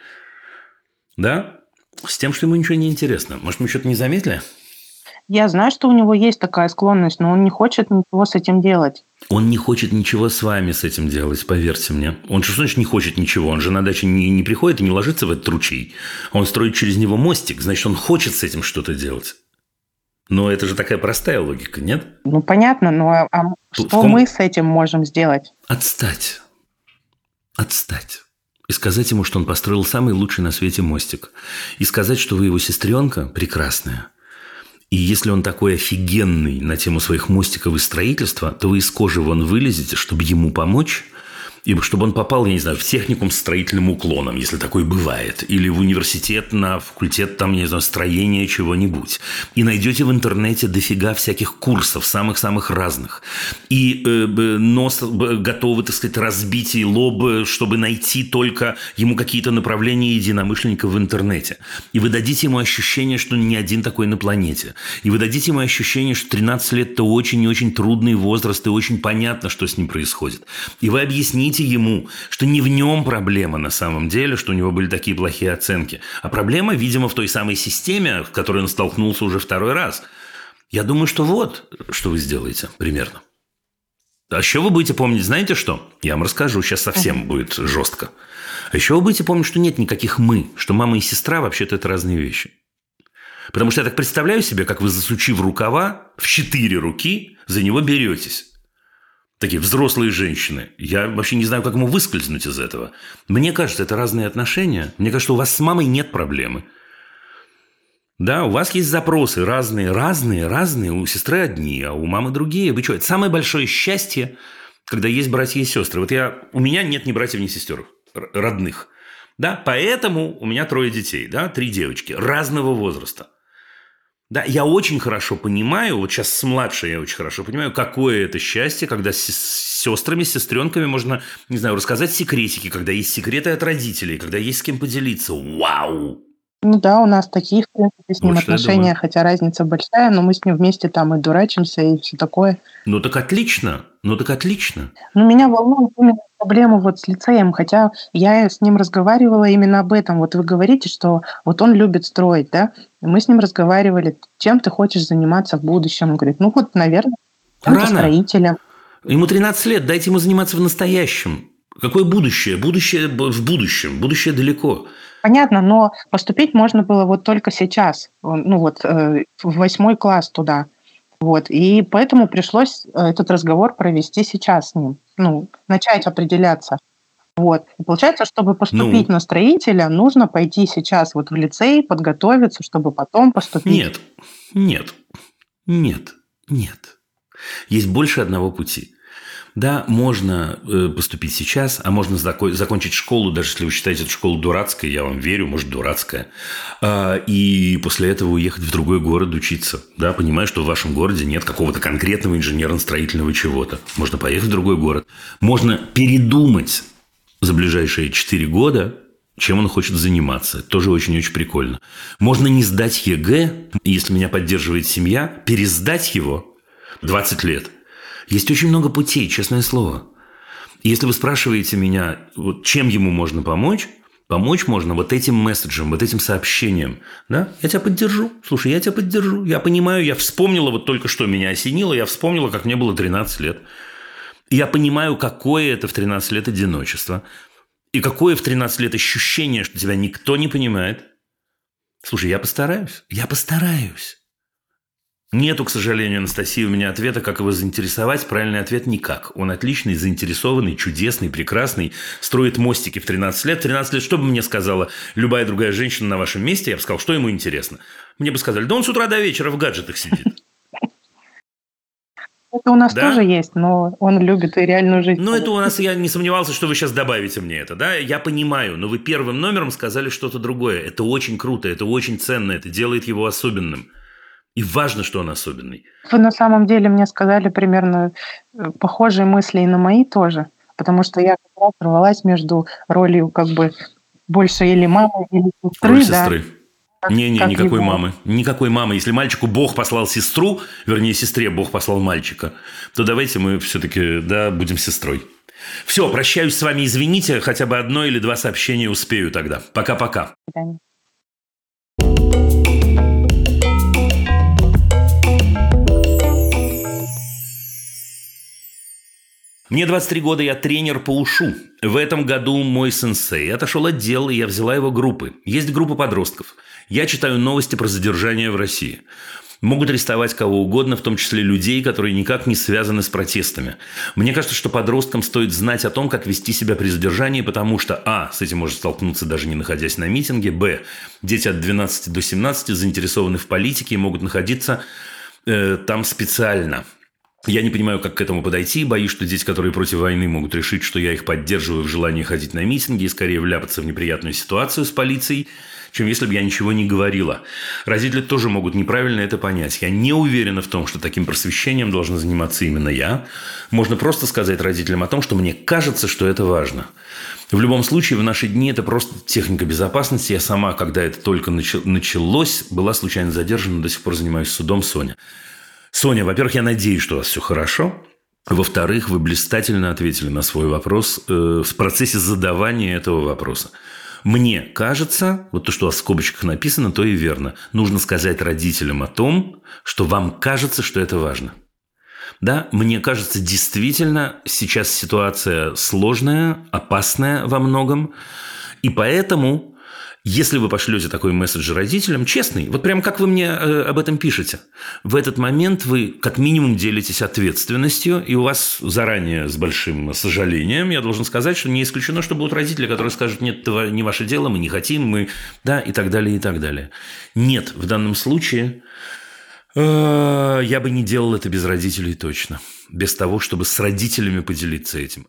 Да? С тем, что ему ничего не интересно. Может, мы что-то не заметили? Я знаю, что у него есть такая склонность, но он не хочет ничего с этим делать. Он не хочет ничего с вами с этим делать, поверьте мне. Он что значит не хочет ничего? Он же на даче не, не приходит и не ложится в этот ручей. Он строит через него мостик, значит, он хочет с этим что-то делать. Но это же такая простая логика, нет? Ну, понятно, но а что ком... мы с этим можем сделать? Отстать. Отстать. И сказать ему, что он построил самый лучший на свете мостик. И сказать, что вы его сестренка прекрасная. И если он такой офигенный на тему своих мостиков и строительства, то вы из кожи вон вылезете, чтобы ему помочь, и чтобы он попал, я не знаю, в техникум с строительным уклоном, если такое бывает, или в университет на факультет, там, я не знаю, строения чего-нибудь. И найдете в интернете дофига всяких курсов, самых-самых разных. И э, нос готовы, так сказать, разбить и лоб, чтобы найти только ему какие-то направления единомышленников в интернете. И вы дадите ему ощущение, что он не один такой на планете. И вы дадите ему ощущение, что тринадцать лет – это очень и очень трудный возраст, и очень понятно, что с ним происходит. И вы объясните ему, что не в нем проблема на самом деле, что у него были такие плохие оценки, а проблема, видимо, в той самой системе, в которой он столкнулся уже второй раз. Я думаю, что вот, что вы сделаете примерно. А еще вы будете помнить, знаете что? Я вам расскажу, сейчас совсем будет жестко. А еще вы будете помнить, что нет никаких «мы», что мама и сестра вообще-то это разные вещи. Потому что я так представляю себе, как вы, засучив рукава, в четыре руки за него беретесь. такие взрослые женщины. Я вообще не знаю, как ему выскользнуть из этого. Мне кажется, это разные отношения. Мне кажется, у вас с мамой нет проблемы. Да, у вас есть запросы разные, разные, разные. У сестры одни, а у мамы другие. Вы что, это самое большое счастье, когда есть братья и сестры. Вот я, у меня нет ни братьев, ни сестер родных. Да, поэтому у меня трое детей, да, три девочки разного возраста. Да, я очень хорошо понимаю, вот сейчас с младшей я очень хорошо понимаю, какое это счастье, когда с сестрами, с сестренками можно, не знаю, рассказать секретики, когда есть секреты от родителей, когда есть с кем поделиться. Вау! Ну да, у нас такие, в принципе, с ним Вот что я отношения, думаю. хотя разница большая, но мы с ним вместе там и дурачимся, и все такое. Ну так отлично, ну так отлично. Но меня волнует именно проблема вот с лицеем, хотя я с ним разговаривала именно об этом. Вот вы говорите, что вот он любит строить, да? И мы с ним разговаривали, чем ты хочешь заниматься в будущем. Он говорит, ну вот, наверное, чем-то Рано. строителем. Ему тринадцать лет, дайте ему заниматься в настоящем. Какое будущее? Будущее в будущем, будущее далеко. Понятно, но поступить можно было вот только сейчас, ну вот э, в восьмой класс туда. Вот. И поэтому пришлось этот разговор провести сейчас с ним, ну, начать определяться. Вот. И получается, чтобы поступить Ну? на строителя, нужно пойти сейчас вот в лицей, подготовиться, чтобы потом поступить. Нет, нет, нет, нет. Есть больше одного пути. Да, можно э, поступить сейчас, а можно зако- закончить школу, даже если вы считаете эту школу дурацкой, я вам верю, может, дурацкая, а, и после этого уехать в другой город учиться. Да, понимая, что в вашем городе нет какого-то конкретного инженерно-строительного чего-то. Можно поехать в другой город. Можно передумать за ближайшие четыре года, чем он хочет заниматься. Это тоже очень-очень прикольно. Можно не сдать ЕГЭ, если меня поддерживает семья, пересдать его двадцать лет. Есть очень много путей, честное слово. И если вы спрашиваете меня, вот, чем ему можно помочь, помочь можно вот этим месседжем, вот этим сообщением. Да? Я тебя поддержу. Слушай, я тебя поддержу. Я понимаю, я вспомнила, вот только что меня осенило, я вспомнила, как мне было тринадцать лет. И я понимаю, какое это в тринадцать лет одиночество. И какое в тринадцать лет ощущение, что тебя никто не понимает. Слушай, я постараюсь. Я постараюсь. Нету, к сожалению, Анастасия, у меня ответа, как его заинтересовать. Правильный ответ – никак. Он отличный, заинтересованный, чудесный, прекрасный. Строит мостики в тринадцать лет. В тринадцать лет, что бы мне сказала любая другая женщина на вашем месте? Я бы сказал, что ему интересно. Мне бы сказали, да он с утра до вечера в гаджетах сидит. Это у нас Да? тоже есть, но он любит и реальную жизнь. Ну, это у нас, я не сомневался, что вы сейчас добавите мне это, да? Я понимаю, но вы первым номером сказали что-то другое. Это очень круто, это очень ценно, это делает его особенным. И важно, что он особенный. Вы на самом деле мне сказали примерно э, похожие мысли и на мои тоже, потому что я как раз рвалась между ролью как бы больше или мамы, или сестры. Роль да. сестры. Не-не, как никакой его- мамы. Никакой мамы. Если мальчику Бог послал сестру, вернее, сестре Бог послал мальчика, то давайте мы все-таки, да, будем сестрой. Все, прощаюсь с вами, извините, хотя бы одно или два сообщения успею тогда. Пока-пока. До свидания. Мне двадцать три года, я тренер по ушу. В этом году мой сенсей отошел от дел, и я взяла его группы. Есть группа подростков. Я читаю новости про задержание в России. Могут арестовать кого угодно, в том числе людей, которые никак не связаны с протестами. Мне кажется, что подросткам стоит знать о том, как вести себя при задержании, потому что, а, с этим может столкнуться даже не находясь на митинге, б, дети от двенадцати до семнадцати заинтересованы в политике и могут находиться э, там специально. Я не понимаю, как к этому подойти. Боюсь, что дети, которые против войны, могут решить, что я их поддерживаю в желании ходить на митинги и скорее вляпаться в неприятную ситуацию с полицией, чем если бы я ничего не говорила. Родители тоже могут неправильно это понять. Я не уверена в том, что таким просвещением должен заниматься именно я. Можно просто сказать родителям о том, что мне кажется, что это важно. В любом случае, в наши дни это просто техника безопасности. Я сама, когда это только началось, была случайно задержана, до сих пор занимаюсь судом, Соня. Соня, во-первых, я надеюсь, что у вас все хорошо. Во-вторых, вы блистательно ответили на свой вопрос э, в процессе задавания этого вопроса. Мне кажется, вот то, что у вас в скобочках написано, то и верно. Нужно сказать родителям о том, что вам кажется, что это важно. Да, мне кажется, действительно сейчас ситуация сложная, опасная во многом. И поэтому Если вы пошлете такой месседж родителям, честный, вот прям как вы мне э, об этом пишете, в этот момент вы как минимум делитесь ответственностью, и у вас заранее с большим сожалением, я должен сказать, что не исключено, что будут родители, которые скажут: нет, это не ваше дело, мы не хотим, мы, да, и так далее, и так далее. Нет, в данном случае э, я бы не делал это без родителей точно, без того, чтобы с родителями поделиться этим.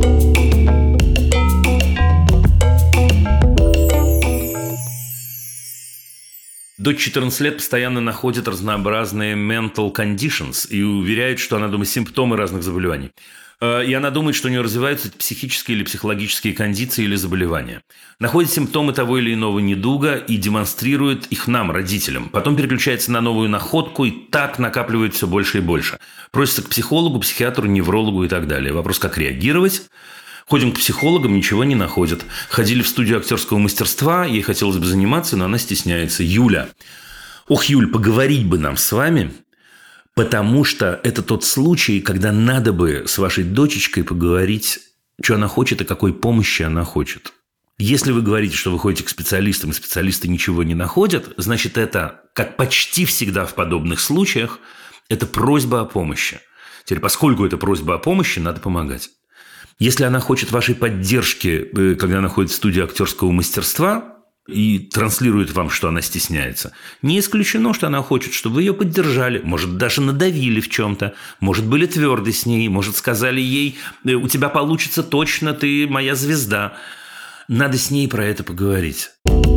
Дочь четырнадцать лет постоянно находит разнообразные mental conditions и уверяет, что она думает симптомы разных заболеваний. И она думает, что у нее развиваются психические или психологические кондиции или заболевания. Находит симптомы того или иного недуга и демонстрирует их нам, родителям. Потом переключается на новую находку и так накапливает все больше и больше. Просится к психологу, психиатру, неврологу и так далее. Вопрос, как реагировать? Ходим к психологам, ничего не находят. Ходили в студию актерского мастерства, ей хотелось бы заниматься, но она стесняется. Юля. Ох, Юль, поговорить бы нам с вами, потому что это тот случай, когда надо бы с вашей дочечкой поговорить, что она хочет и какой помощи она хочет. Если вы говорите, что вы ходите к специалистам, и специалисты ничего не находят, значит, это, как почти всегда в подобных случаях, это просьба о помощи. Теперь, поскольку это просьба о помощи, надо помогать. Если она хочет вашей поддержки, когда она ходит в студию актерского мастерства и транслирует вам, что она стесняется, не исключено, что она хочет, чтобы вы ее поддержали, может, даже надавили в чем-то, может, были тверды с ней, может, сказали ей: у тебя получится точно, ты моя звезда. Надо с ней про это поговорить.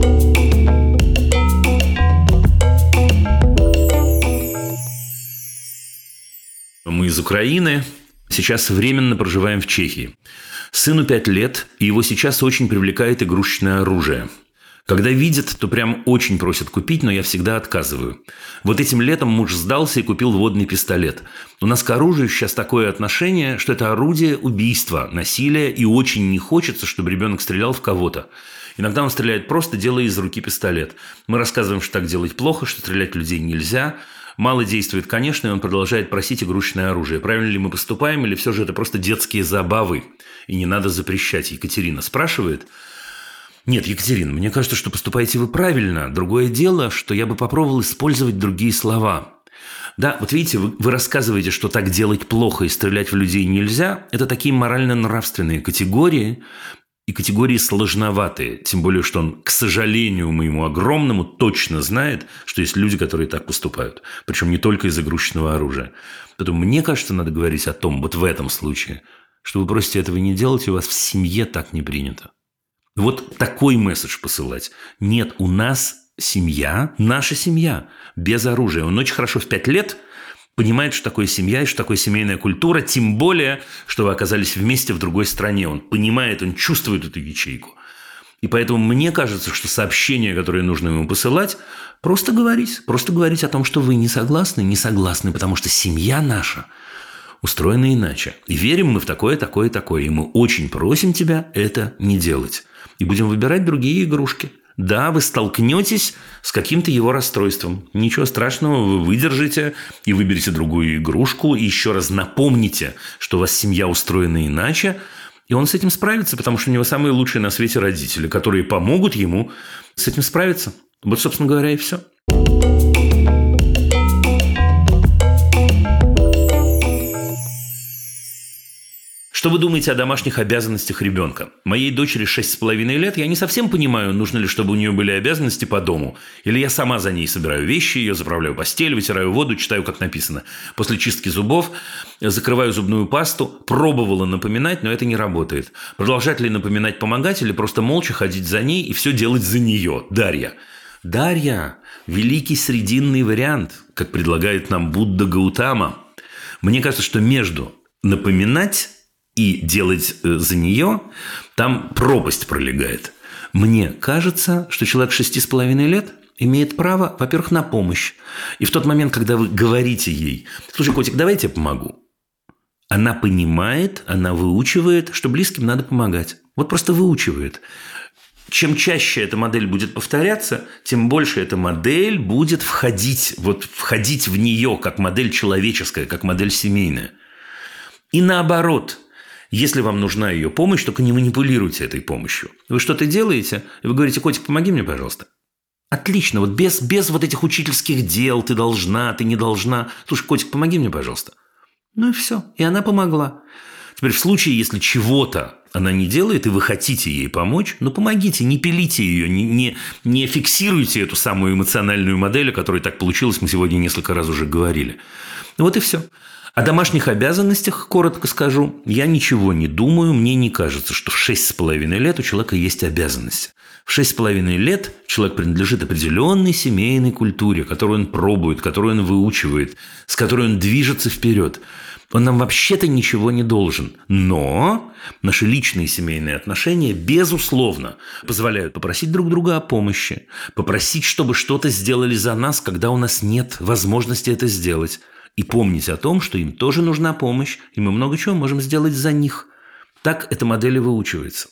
Мы из Украины. Сейчас временно проживаем в Чехии. Сыну пять лет, и его сейчас очень привлекает игрушечное оружие. Когда видят, то прям очень просят купить, но я всегда отказываю. Вот этим летом муж сдался и купил водный пистолет. У нас к оружию сейчас такое отношение, что это орудие убийства, насилия, и очень не хочется, чтобы ребенок стрелял в кого-то. Иногда он стреляет просто, делая из руки пистолет. Мы рассказываем, что так делать плохо, что стрелять в людей нельзя. Мало действует, конечно, и он продолжает просить игрушечное оружие. Правильно ли мы поступаем, или все же это просто детские забавы, и не надо запрещать? Екатерина спрашивает. Нет, Екатерина, мне кажется, что поступаете вы правильно. Другое дело, что я бы попробовал использовать другие слова. Да, вот видите, вы, вы рассказываете, что так делать плохо и стрелять в людей нельзя. Это такие морально-нравственные категории, и категории сложноватые. Тем более, что он, к сожалению моему огромному, точно знает, что есть люди, которые так поступают. Причем не только из игрушечного оружия. Поэтому мне кажется, надо говорить о том, вот в этом случае, что вы просите этого не делать, и у вас в семье так не принято. Вот такой месседж посылать. Нет, у нас семья, наша семья, без оружия. Он очень хорошо в пять лет понимает, что такое семья и что такое семейная культура, тем более, что вы оказались вместе в другой стране. Он понимает, он чувствует эту ячейку. И поэтому мне кажется, что сообщение, которое нужно ему посылать, просто говорить. Просто говорить о том, что вы не согласны, не согласны, потому что семья наша устроена иначе. И верим мы в такое, такое, такое. И мы очень просим тебя это не делать. И будем выбирать другие игрушки. Да, вы столкнетесь с каким-то его расстройством. Ничего страшного, вы выдержите и выберете другую игрушку. И еще раз напомните, что у вас семья устроена иначе. И он с этим справится, потому что у него самые лучшие на свете родители, которые помогут ему с этим справиться. Вот, собственно говоря, и все. Что вы думаете о домашних обязанностях ребенка? Моей дочери шесть с половиной лет. Я не совсем понимаю, нужно ли, чтобы у нее были обязанности по дому. Или я сама за ней собираю вещи, ее заправляю постель, вытираю воду, читаю, как написано. После чистки зубов закрываю зубную пасту. Пробовала напоминать, но это не работает. Продолжать ли напоминать, помогать, или просто молча ходить за ней и все делать за нее? Дарья. Дарья – великий срединный вариант, как предлагает нам Будда Гаутама. Мне кажется, что между напоминать и делать за нее, там пропасть пролегает. Мне кажется, что человек шести с половиной лет имеет право, во-первых, на помощь. И в тот момент, когда вы говорите ей: слушай, котик, давай я тебе помогу. Она понимает, она выучивает, что близким надо помогать. Вот просто выучивает. Чем чаще эта модель будет повторяться, тем больше эта модель будет входить, вот входить в нее как модель человеческая, как модель семейная. И наоборот, Если вам нужна ее помощь, только не манипулируйте этой помощью. Вы что-то делаете, и вы говорите: котик, помоги мне, пожалуйста. Отлично, вот без, без вот этих учительских дел, ты должна, ты не должна. Слушай, котик, помоги мне, пожалуйста. Ну и все. И она помогла. Теперь в случае, если чего-то она не делает, и вы хотите ей помочь, ну помогите, не пилите ее, не, не, не фиксируйте эту самую эмоциональную модель, о которой так получилось, мы сегодня несколько раз уже говорили. Вот и все. О домашних обязанностях коротко скажу. Я ничего не думаю, мне не кажется, что в шесть с половиной лет у человека есть обязанности. В шесть с половиной лет человек принадлежит определенной семейной культуре, которую он пробует, которую он выучивает, с которой он движется вперед. Он нам вообще-то ничего не должен. Но наши личные семейные отношения, безусловно, позволяют попросить друг друга о помощи, попросить, чтобы что-то сделали за нас, когда у нас нет возможности это сделать. И помнить о том, что им тоже нужна помощь, и мы много чего можем сделать за них. Так эта модель и выучивается.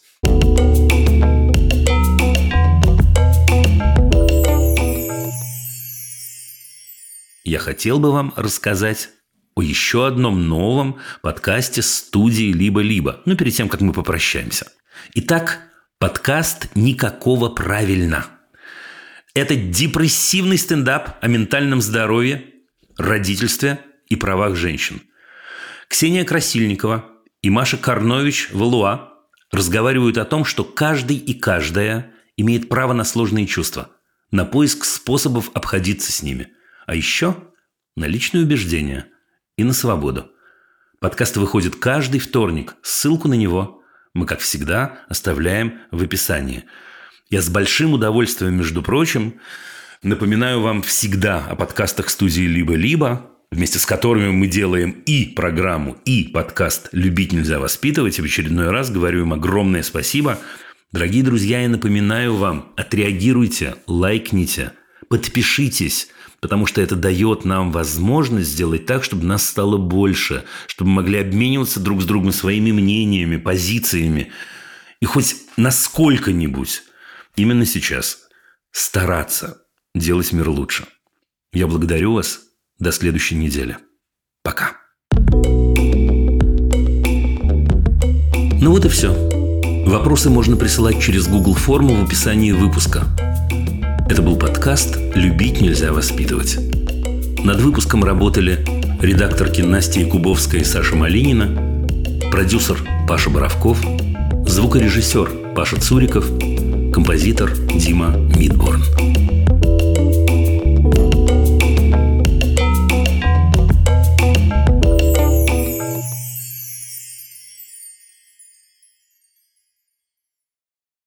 Я хотел бы вам рассказать о еще одном новом подкасте студии «Либо-либо», ну, перед тем, как мы попрощаемся. Итак, подкаст «Никакого правильно». Это депрессивный стендап о ментальном здоровье, родительстве и правах женщин. Ксения Красильникова и Маша Карнович-Валуа разговаривают о том, что каждый и каждая имеет право на сложные чувства, на поиск способов обходиться с ними, а еще на личные убеждения и на свободу. Подкаст выходит каждый вторник. Ссылку на него мы, как всегда, оставляем в описании. Я с большим удовольствием, между прочим, напоминаю вам всегда о подкастах студии «Либо-либо», вместе с которыми мы делаем и программу, и подкаст «Любить нельзя воспитывать». И в очередной раз говорю им огромное спасибо. Дорогие друзья, я напоминаю вам: отреагируйте, лайкните, подпишитесь, потому что это дает нам возможность сделать так, чтобы нас стало больше, чтобы мы могли обмениваться друг с другом своими мнениями, позициями. И хоть насколько-нибудь именно сейчас стараться делать мир лучше. Я благодарю вас. До следующей недели. Пока. Ну вот и все. Вопросы можно присылать через Google форму в описании выпуска. Это был подкаст «Любить нельзя воспитывать». Над выпуском работали редакторки Настя Якубовская и Саша Малинина, продюсер Паша Боровков, звукорежиссер Паша Цуриков, композитор Дима Мидборн.